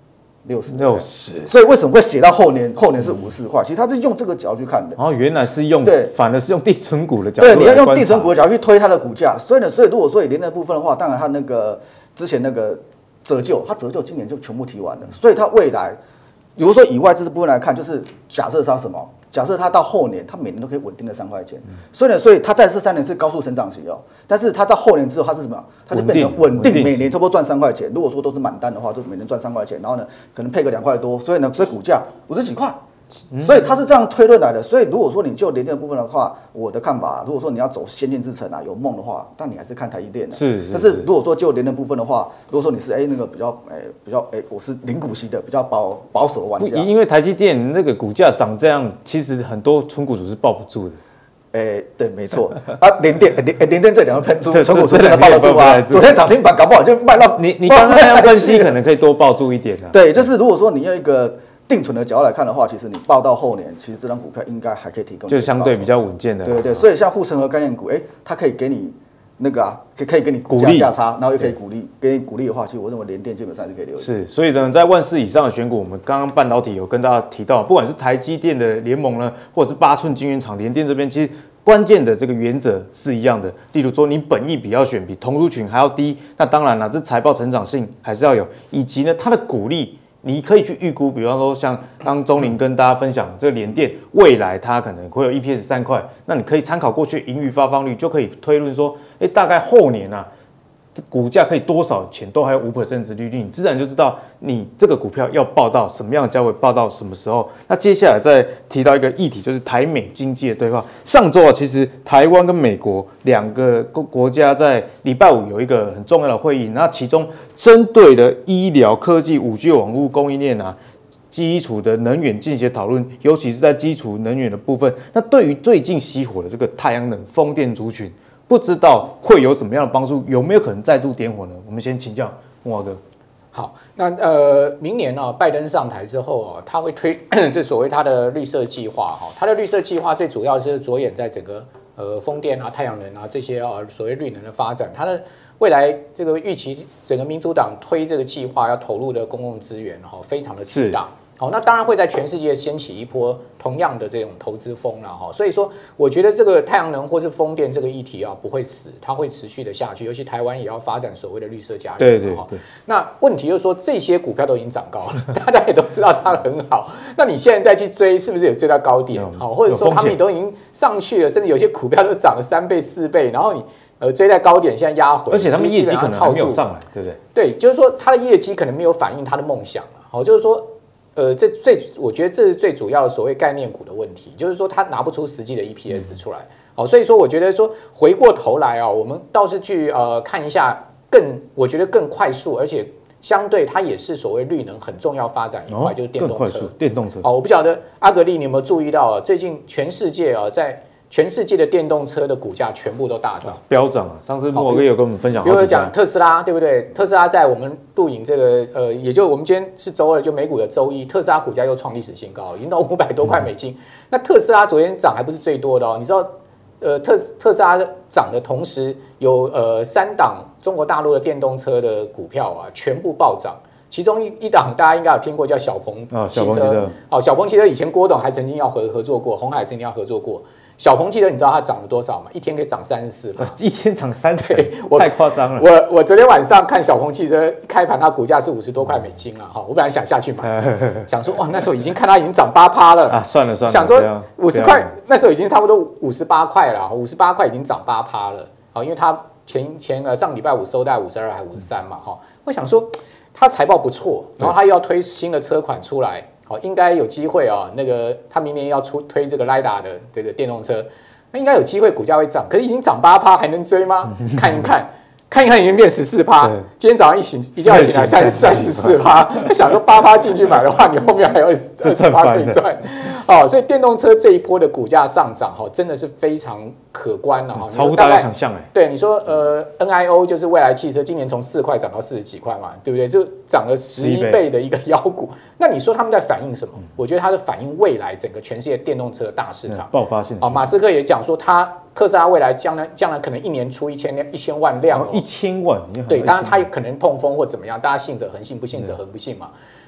六十六十， 所以为什么会写到后年？后年是五十四块？其实他是用这个角度去看的。 哦，原来是用对， 反而是用定存股的角度。 对，你要用定存股的角度去推它的股价。所以呢，所以如果说以联电部分的话，当然它那个之前那个折旧，它折旧今年就全部提完了，所以它未来，比如说以外资的部分来看，就是假设它什么？假设它到后年，它每年都可以稳定的三块钱，所以呢，所以它在这三年是高速成长期哦。但是它到后年之后，它是什么？它就变成稳定，每年差不多赚三块钱。如果说都是满单的话，就每年赚三块钱，然后呢，可能配个两块多，所以呢，所以股价五十几块。所以它是这样推论来的。所以如果说你就联电的部分的话，我的看法，如果说你要走先进制程啊，有梦的话，但你还是看台积电的。 是。 但是如果说就联电部分的话，如果说你是哎、欸、那个比较哎、欸、比较哎、欸、我是零股息的比较保保守的玩家， 因为台积电那个股价涨这样，其实很多存股主是抱不住的。 哎、欸，对，没错啊，联电联联电这两个喷出，存股出真的抱得住啊！昨天涨停板搞不好就卖到你你刚刚那样分析，可能可以多抱住一点啊。 对，就是如果说你用一个定存的角度来看的话，其实你报到后年，其实这张股票应该还可以提供， 就相对比较稳健的。 对对对，所以像护城河概念股，哎、欸，它可以给你那个啊，可以可以给你股价价差，然后又可以鼓励，给你鼓励的话，其实我认为联电基本上是可以留。 是，所以呢，在万四以上的选股，我们刚刚半导体有跟大家提到，不管是台积电的联盟呢，或者是八寸晶圆厂联电这边，其实关键的这个原则是一样的。例如说，你本益比要选比同族群还要低，那当然了，这财报成长性还是要有，以及呢，它的股利。你可以去预估，比方说像刚钟林跟大家分享这个联电未来它可能会有 E P S 三块，那你可以参考过去盈余发放率，就可以推论说，哎，大概后年啊，股价可以多少钱都还有 百分之五 殖利率，你自然就知道你这个股票要报到什么样的价位，报到什么时候。那接下来再提到一个议题，就是台美经济的对话。上周啊，其实台湾跟美国两个国家在礼拜五有一个很重要的会议，那其中针对的医疗、科技、五 G 网络供应链啊。基础的能源进行讨论，尤其是在基础能源的部分。那对于最近熄火的这个太阳能、风电族群，不知道会有什么样的帮助？有没有可能再度点火呢？我们先请教慕骅哥。 好，那呃，明年呢、啊，拜登上台之后啊，他会推这所谓他的绿色计划哈，他的绿色计划最主要是着眼在整个呃风电啊、太阳能啊这些啊所谓绿能的发展，它的。未来这个预期，整个民主党推这个计划要投入的公共资源哈，非常的巨大。好，那当然会在全世界掀起一波同样的这种投资风了哈。所以说，我觉得这个太阳能或是风电这个议题啊不会死，它会持续的下去。尤其台湾也要发展所谓的绿色家园。 对对对。 那问题就是说，这些股票都已经涨高了，大家也都知道它很好。那你现在再去追，是不是有追到高点？好，或者说他们也都已经上去了，甚至有些股票都涨了三倍、四倍，然后你。呃，追在高点，现在压回， 而且他们业绩可能还没有上来，对不对？ 对，就是说他的业绩可能没有反映他的梦想好，就是说，呃，这最我觉得这是最主要的所谓概念股的问题，就是说他拿不出实际的 E P S 出来。好、嗯，所以说我觉得说回过头来啊，我们倒是去呃看一下更，我觉得更快速，而且相对它也是所谓绿能很重要发展一块，哦、就是电动车。 电动车。 好，我不晓得阿格力你有没有注意到啊？最近全世界啊在。全世界的电动车的股价全部都大涨， 飙涨啊！上次慕骅哥有跟我们分享好， 比如讲特斯拉，对不对？特斯拉在我们录影这个呃，也就我们今天是周二，就美股的周一，特斯拉股价又创历史新高，已经到五百多块美金。嗯、那特斯拉昨天涨还不是最多的哦，你知道，呃，特特斯拉涨的同时，有呃三档中国大陆的电动车的股票啊，全部暴涨。其中一一档大家应该有听过，叫小鹏汽车。哦，小鹏汽车以前郭董还曾经要合合作过，鸿海曾经要合作过。小鹏汽车，你知道它涨了多少吗？一天可以涨三十四趴， 一天涨三倍，太夸张了。 我我昨天晚上看小鹏汽车开盘，它股价是五十多块美金了哈。我本来想下去买，想说哇，那时候已经看它已经涨八趴了啊，算了算了， 想说五十块，那时候已经差不多五十八块了，五十八块已经涨八趴了。好，因为它前前呃上礼拜五收在五十二还五十三嘛哈。我想说它财报不错，然后它又要推新的车款出来。好，应该有机会啊、哦。那个他明年要出推这个 Lidar 的这个电动车，那应该有机会股价会涨。可是已经涨八趴，还能追吗？看一看，看一看已经变十四趴。今天早上一醒一觉醒来三三十四趴，想说八趴进去买的话，你后面还有二十趴可以赚。哦，所以电动车这一波的股价上涨，哈，真的是非常可观了哈， 超乎大家想象哎。 对，你说呃 ，N I O 就是蔚来汽车，今年从四块涨到四十几块嘛，对不对？就涨了十一倍的一个妖股。那你说他们在反映什么？我觉得它是反映未来整个全世界电动车的大市场爆发性。 哦，马斯克也讲说，他特斯拉未来将来将来可能一年出一千一千万辆、哦， 一千万。 对，当然他可能碰风或怎么样，大家信者恒信，不信者恒不信嘛。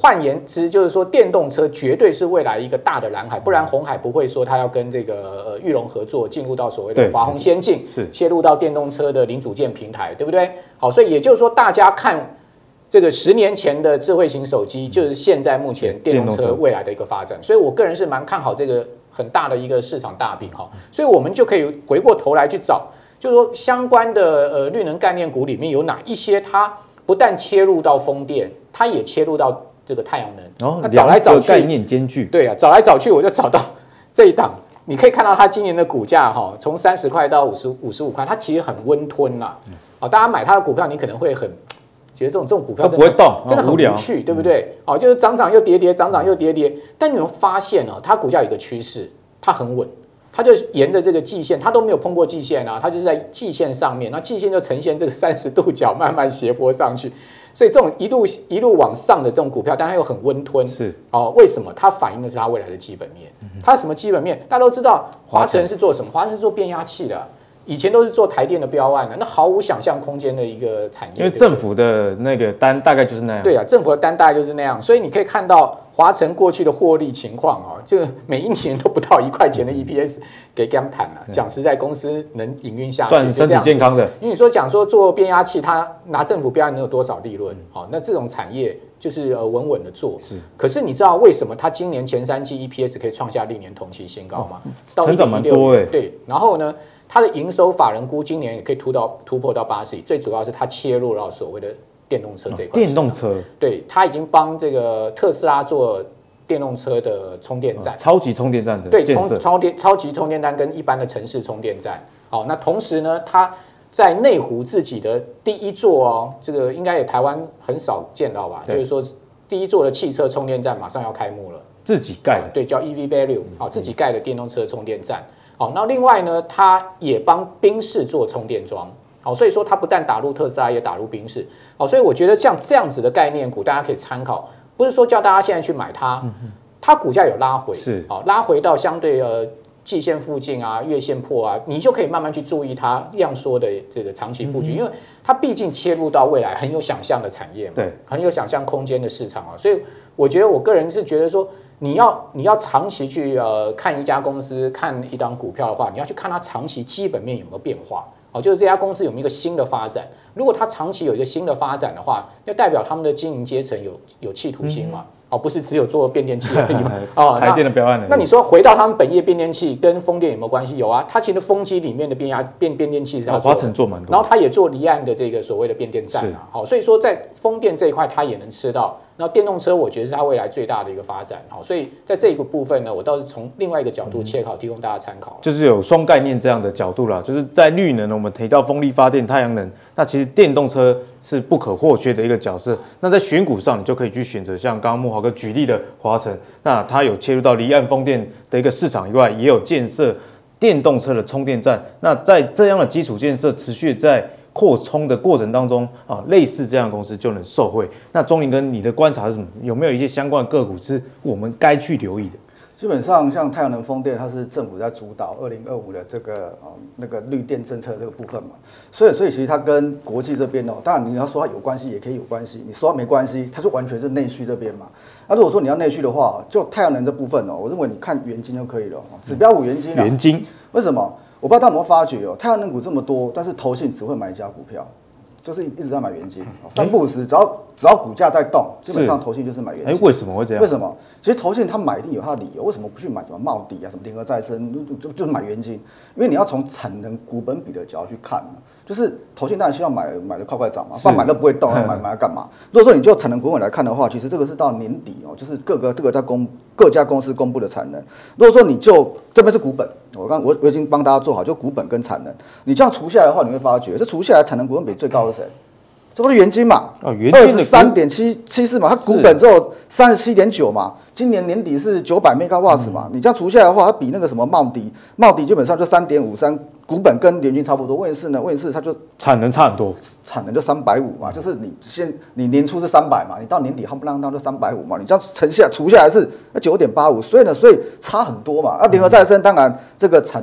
换言之，就是说电动车绝对是未来一个大的蓝海，不然鸿海不会说他要跟这个呃裕隆合作，进入到所谓的华虹先进，切入到电动车的零组件平台，对不对？好，所以也就是说，大家看这个十年前的智慧型手机，就是现在目前电动车未来的一个发展。所以我个人是蛮看好这个很大的一个市场大饼哈。所以我们就可以回过头来去找，就是说相关的呃绿能概念股里面有哪一些它不但切入到风电，它也切入到这个太阳能， 哦， 那找来找去概念兼具， 对啊，找来找去我就找到这一档，你可以看到它今年的股价哈，从三十块到五十五十五块，它其实很温吞啦。好，大家买它的股票，你可能会很觉得这种这种股票真的不会动， 真的很无趣，对不对？好，就是涨涨又跌跌，涨涨又跌跌。但你有发现哦，它股价有一个趋势，它很稳。它就沿着这个季线，它都没有碰过季线啊，它就是在季线上面，那季线就呈现这个三十度角慢慢斜坡上去，所以这种一路一路往上的这种股票，当然又很温吞， 是哦，为什么？它反映的是它未来的基本面。它什么基本面？大家都知道，华晨是做什么？华晨是做变压器的、啊。以前都是做台电的标案的，那毫无想象空间的一个产业。 因为政府的那个单大概就是那样。 对啊，政府的单大概就是那样，所以你可以看到华晨过去的获利情况啊，就每一年都不到一块钱的 E P S 给他们谈了。讲实在，公司能营运下去， 赚身体健康的。 因为你说讲说做变压器，它拿政府标案能有多少利润？好，那这种产业就是呃稳稳的做。是。可是你知道为什么它今年前三季 E P S 可以创下历年同期新高吗？ 到成长蛮多哎。 对，然后呢？它的营收法人估今年也可以突到突破到八十亿，最主要是它切入到所谓的电动车这一块。 电动车， 对，它已经帮这个特斯拉做电动车的充电站， 超级充电站的对，充充电超级充电站跟一般的城市充电站。好，那同时呢，它在内湖自己的第一座哦，这个应该也台湾很少见到吧？就是说第一座的汽车充电站马上要开幕了， 自己盖的， 对，叫 E V Value， 好，自己盖的电动车充电站。好，那另外呢，它也帮宾士做充电桩，好，所以说它不但打入特斯拉，也打入宾士，好，所以我觉得像这样子的概念股，大家可以参考，不是说叫大家现在去买它，它股价有拉回， 是， 好，拉回到相对呃季线附近啊，月线破啊，你就可以慢慢去注意它量缩的这个长期布局，因为它毕竟切入到未来很有想象的产业嘛， 对， 很有想象空间的市场啊，所以我觉得我个人是觉得说。你要你要长期去呃看一家公司看一档股票的话，你要去看它长期基本面有没有变化，哦，就是这家公司有没有一个新的发展。如果它长期有一个新的发展的话，就代表他们的经营阶层有有企图心嘛，嗯、哦，不是只有做变电器而已嘛， 哦，台电的标案。 那你说回到他们本业变电器跟风电有没有关系？有啊，它其实风机里面的变压变变电器是要做， 华晨做蛮多， 然后它也做离岸的这个所谓的变电站啊，好，所以说在风电这一块它也能吃到。那电动车，我觉得是它未来最大的一个发展，好，所以在这一个部分呢，我倒是从另外一个角度切考，提供大家参考。 就是有双概念这样的角度啦，就是在绿能，我们提到风力发电、太阳能，那其实电动车是不可或缺的一个角色。那在选股上，你就可以去选择像刚刚慕骅哥举例的华晨，那它有切入到离岸风电的一个市场以外，也有建设电动车的充电站。那在这样的基础建设持续在扩充的过程当中啊，类似这样的公司就能受惠。那钟林哥，你的观察是什么？有没有一些相关的个股是我们该去留意的？ 基本上像太阳能风电，它是政府在主导二零二五的这个呃那个绿电政策这个部分嘛，所以所以其实它跟国际这边哦，当然你要说它有关系也可以有关系，你说它没关系，它是完全是内需这边嘛。那如果说你要内需的话，就太阳能这部分哦，我认为你看元晶就可以了，指标股元晶啊。 元晶为什么？我不知道大家有没有发觉哦，太阳能股这么多，但是投信只会买一家股票，就是一直在买元晶，三不五时，只要只要股价在动，基本上投信就是买元晶。 哎，为什么会这样？ 为什么？其实投信他买一定有他的理由，为什么不去买什么茂迪啊、什么联合再生，就就是买元晶？因为你要从产能股本比的角度去看嘛，就是投信当然希望买买的快快涨嘛，不然买都不会动，买买要干嘛？如果说你就产能股本来看的话，其实这个是到年底哦，就是各个这个在公各家公司公布的产能。如果说你就这边是股本，我刚我我已经帮大家做好，就股本跟产能，你这样除下来的话，你会发觉这除下来产能股本比最高的是谁？这不是元晶嘛？二十三点七七四嘛，它股本只有三十七点九嘛，今年年底是九百 megawatt 嘛，你这样除下来的话，它比那个什么茂迪，茂迪基本上就三点五三，股本跟元晶差不多。问题是呢，问题是它就产能差很多， 产能就三百五嘛，就是你先你年初是三百嘛，你到年底夯不啷当就三百五嘛，你这样乘下除下来是九点八五，所以呢，所以差很多嘛。那联合再生当然这个产能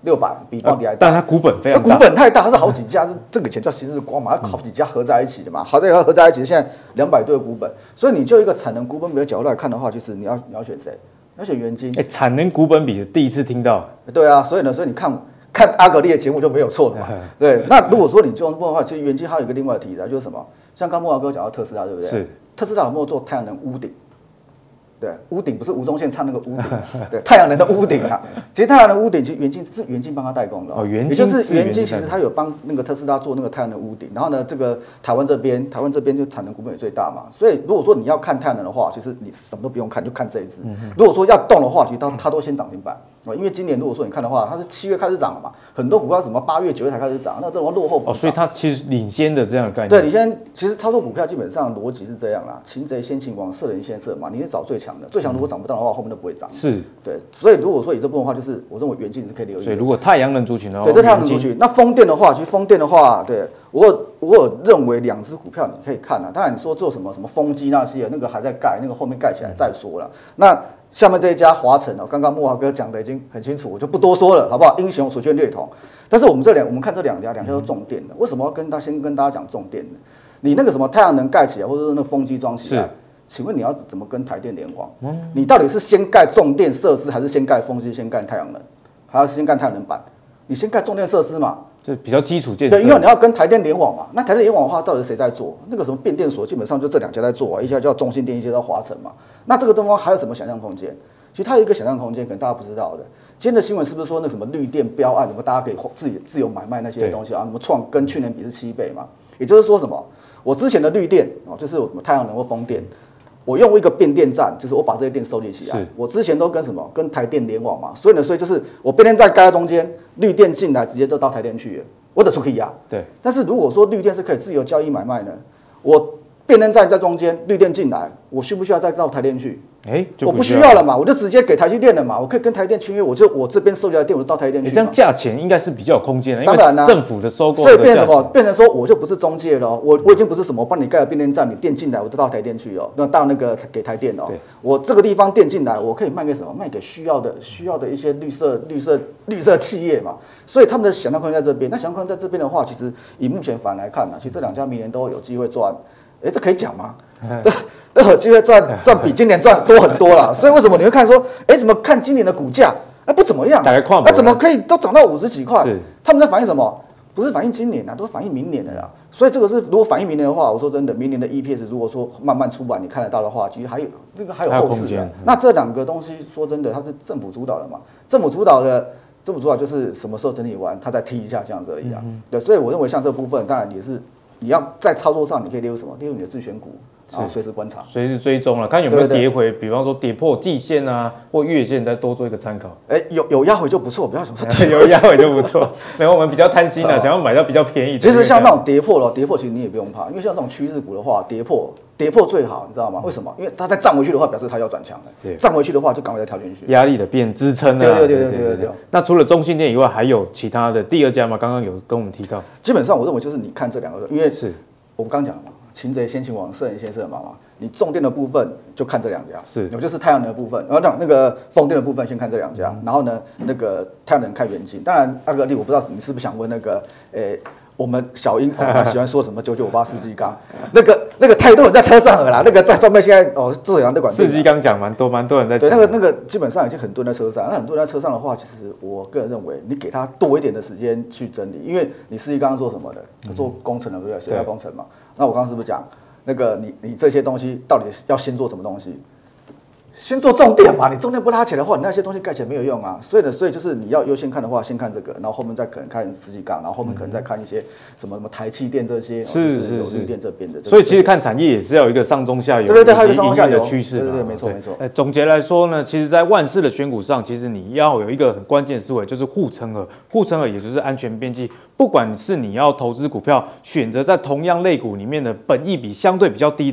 六百比邦迪还大， 但它股本非常大， 股本太大，它是好几家，这个以前叫新日光嘛，它好几家合在一起的嘛，好在合在一起，现在两百对的股本，所以你就一个产能股本比的角度来看的话，其实你要你要选谁？你要选元晶。 哎、欸，产能股本比的第一次听到。 对啊，所以呢，所以你看看阿格力的节目就没有错了嘛。对，那如果说你就这么的话，其实元晶还有一个另外的题材，就是什么？像刚木华哥讲到特斯拉，对不对？ 是。 特斯拉有没有做太阳能屋顶？对，屋顶不是吴宗宪唱那个屋顶，对，太阳能的屋顶啊。其实太阳能屋顶，其实元晶是元晶帮他代工的哦，元晶，也就是元晶，其实他有帮那个特斯拉做那个太阳能屋顶。然后呢，这个台湾这边，台湾这边就产能股本也最大嘛。所以如果说你要看太阳能的话，其实你什么都不用看，就看这一支。如果说要动的话，其实它它都先涨停板。因为今年如果说你看的话，它是七月开始涨了嘛，很多股票什么八月、九月才开始涨，那这种落后。 哦，所以它其实领先的这样的概念。 对，领先，其实操作股票基本上逻辑是这样啦，擒贼先擒王，射人先射嘛，你得找最强的，最强如果涨不到的话，后面都不会涨。 是， 对，所以如果说以这部分的话，就是我认为元晶是可以留意。 所以如果太阳能族群的话， 对，这太阳能族群，那风电的话，其实风电的话，对我有我有认为两只股票你可以看啊，当然你说做什么什么风机那些，那个还在盖，那个后面盖起来再说了。那下面这一家华晨哦，刚刚木华哥讲的已经很清楚，我就不多说了，好不好？英雄所见略同。但是我们这两，我们看这两家，两家都重电的。为什么要跟他先跟大家讲重电呢？你那个什么太阳能盖起来，或者是那个风机装起来，请问你要怎么跟台电联网？嗯、你到底是先盖重电设施，还是先盖风机，先盖太阳能，还要先盖太阳能板？你先盖重电设施嘛？ 就比较基础建设。 对，因为你要跟台电联网嘛。那台电联网的话，到底谁在做？那个什么变电所，基本上就这两家在做啊，一家叫中兴电，一家叫华晨嘛。那这个地方还有什么想象空间？其实它有一个想象空间，可能大家不知道的。今天的新闻是不是说那什么绿电标案，什么大家可以自己自由买卖那些东西啊？什么创跟去年比是七倍嘛？也就是说什么？我之前的绿电哦，就是我太阳能或风电，我用一个变电站，就是我把这些电收集起来。我之前都跟什么？跟台电联网嘛。所以呢，所以就是我变电站盖在中间，绿电进来直接就到台电去了，我得出去啊。 对。 但是如果说绿电是可以自由交易买卖呢，我变电站在中间，绿电进来，我需不需要再到台电去？ 哎， 我不需要了嘛，我就直接给台积电了嘛，我可以跟台电签约，我就我这边收集来的电，我就到台积电去。 这样价钱应该是比较有空间的， 当然啦， 政府的收购， 所以变成什么？变成说我就不是中介了，我我已经不是什么帮你盖了变电站，你电进来，我就到台电去了，那到那个给台电了。我这个地方电进来，我可以卖给什么？卖给需要的需要的一些绿色绿色绿色企业嘛。所以他们的想象空间在这边。那想象空间在这边的话，其实以目前反来看呢，其实这两家明年都有机会赚。哎，这可以讲吗？都都有机会赚赚比今年赚多很多了。所以为什么你会看说，哎，怎么看今年的股价，哎不怎么样？那怎么可以都涨到五十几块？他们在反映什么？不是反映今年啊，都反映明年的啦。所以这个是如果反映明年的话，我说真的，明年的 E P S 如果说慢慢出来，你看得到的话，其实还有这个还有后市的。那这两个东西说真的，它是政府主导的嘛？政府主导的。政府主导就是什么时候整理完，它再踢一下这样子而已啊。嗯、对，所以我认为像这部分，当然也是你要在操作上，你可以列入什么？列入你的自选股啊，随时观察， 随时追踪了，看有没有跌回，比方说跌破季线啊或月线，再多做一个参考。 哎、欸，有有压回就不错，不要什么有压回就不错。没有，我们比较贪心啊，想要买到比较便宜的。 其实像那种跌破了，跌破其实你也不用怕，因为像这种趋势股的话，跌破。跌破最好，你知道吗？为什么？因为它再站回去的话，表示它要转强了。站回去的话，就赶快再跳进去。 压力的变支撑啊。 对对对对对对对。 那除了中兴电以外，还有其他的第二家吗？刚刚有跟我们提到。 基本上我认为就是你看这两个，因为是我们刚讲了嘛，擒贼先擒王，射人先射马嘛。你重电的部分就看这两家，是，我就是太阳能的部分，然后讲那个风电的部分先看这两家，嗯、然后呢，那个太阳能看元晶。当然，阿格力我不知道你是不是想问那个，诶、欸。我们小英哦，喜欢说什么九九八四季钢，那个那个太多人在车上了啦，那个在上面现在哦，做阳都管。 四季钢讲蛮多，蛮多人在。 对，那个那个基本上已经很多人在车上，那很多人在车上的话，其实我个人认为，你给他多一点的时间去整理，因为你四季钢做什么的？做工程的，对不对？水料工程嘛。那我刚刚是不是讲那个你你这些东西到底要先做什么东西？先做重电嘛，你重电不拉起来的话，你那些东西盖起来没有用啊。所以呢，所以就是你要优先看的话，先看这个，然后后面再可能看世纪钢，然后后面可能再看一些什么什么台气电这些， 是是是有绿电这边的。 所以其实看产业也是要有一个上中下游， 对对对，还有一个上中下游的趋势， 对对对，没错没错。 哎，总结来说呢，其实在万事的选股上，其实你要有一个很关键思维，就是护城河，护城河也就是安全边际。不管是你要投资股票，选择在同样类股里面的本益比相对比较低的。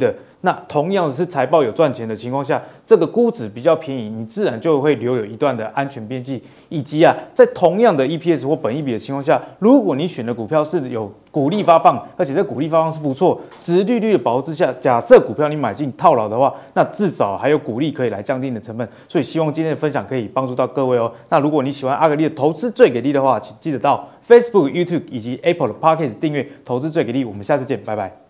那同样是财报有赚钱的情况下，这个估值比较便宜，你自然就会留有一段的安全边际，以及啊，在同样的 E P S 或本益比的情况下，如果你选的股票是有股利发放，而且这股利发放是不错，殖利率的保护之下，假设股票你买进套牢的话，那至少还有股利可以来降低你的成本。所以希望今天的分享可以帮助到各位哦。那如果你喜欢阿格力的投资最给力的话，请记得到 Facebook、YouTube 以及 Apple 的 Podcast 订阅投资最给力。我们下次见，拜拜。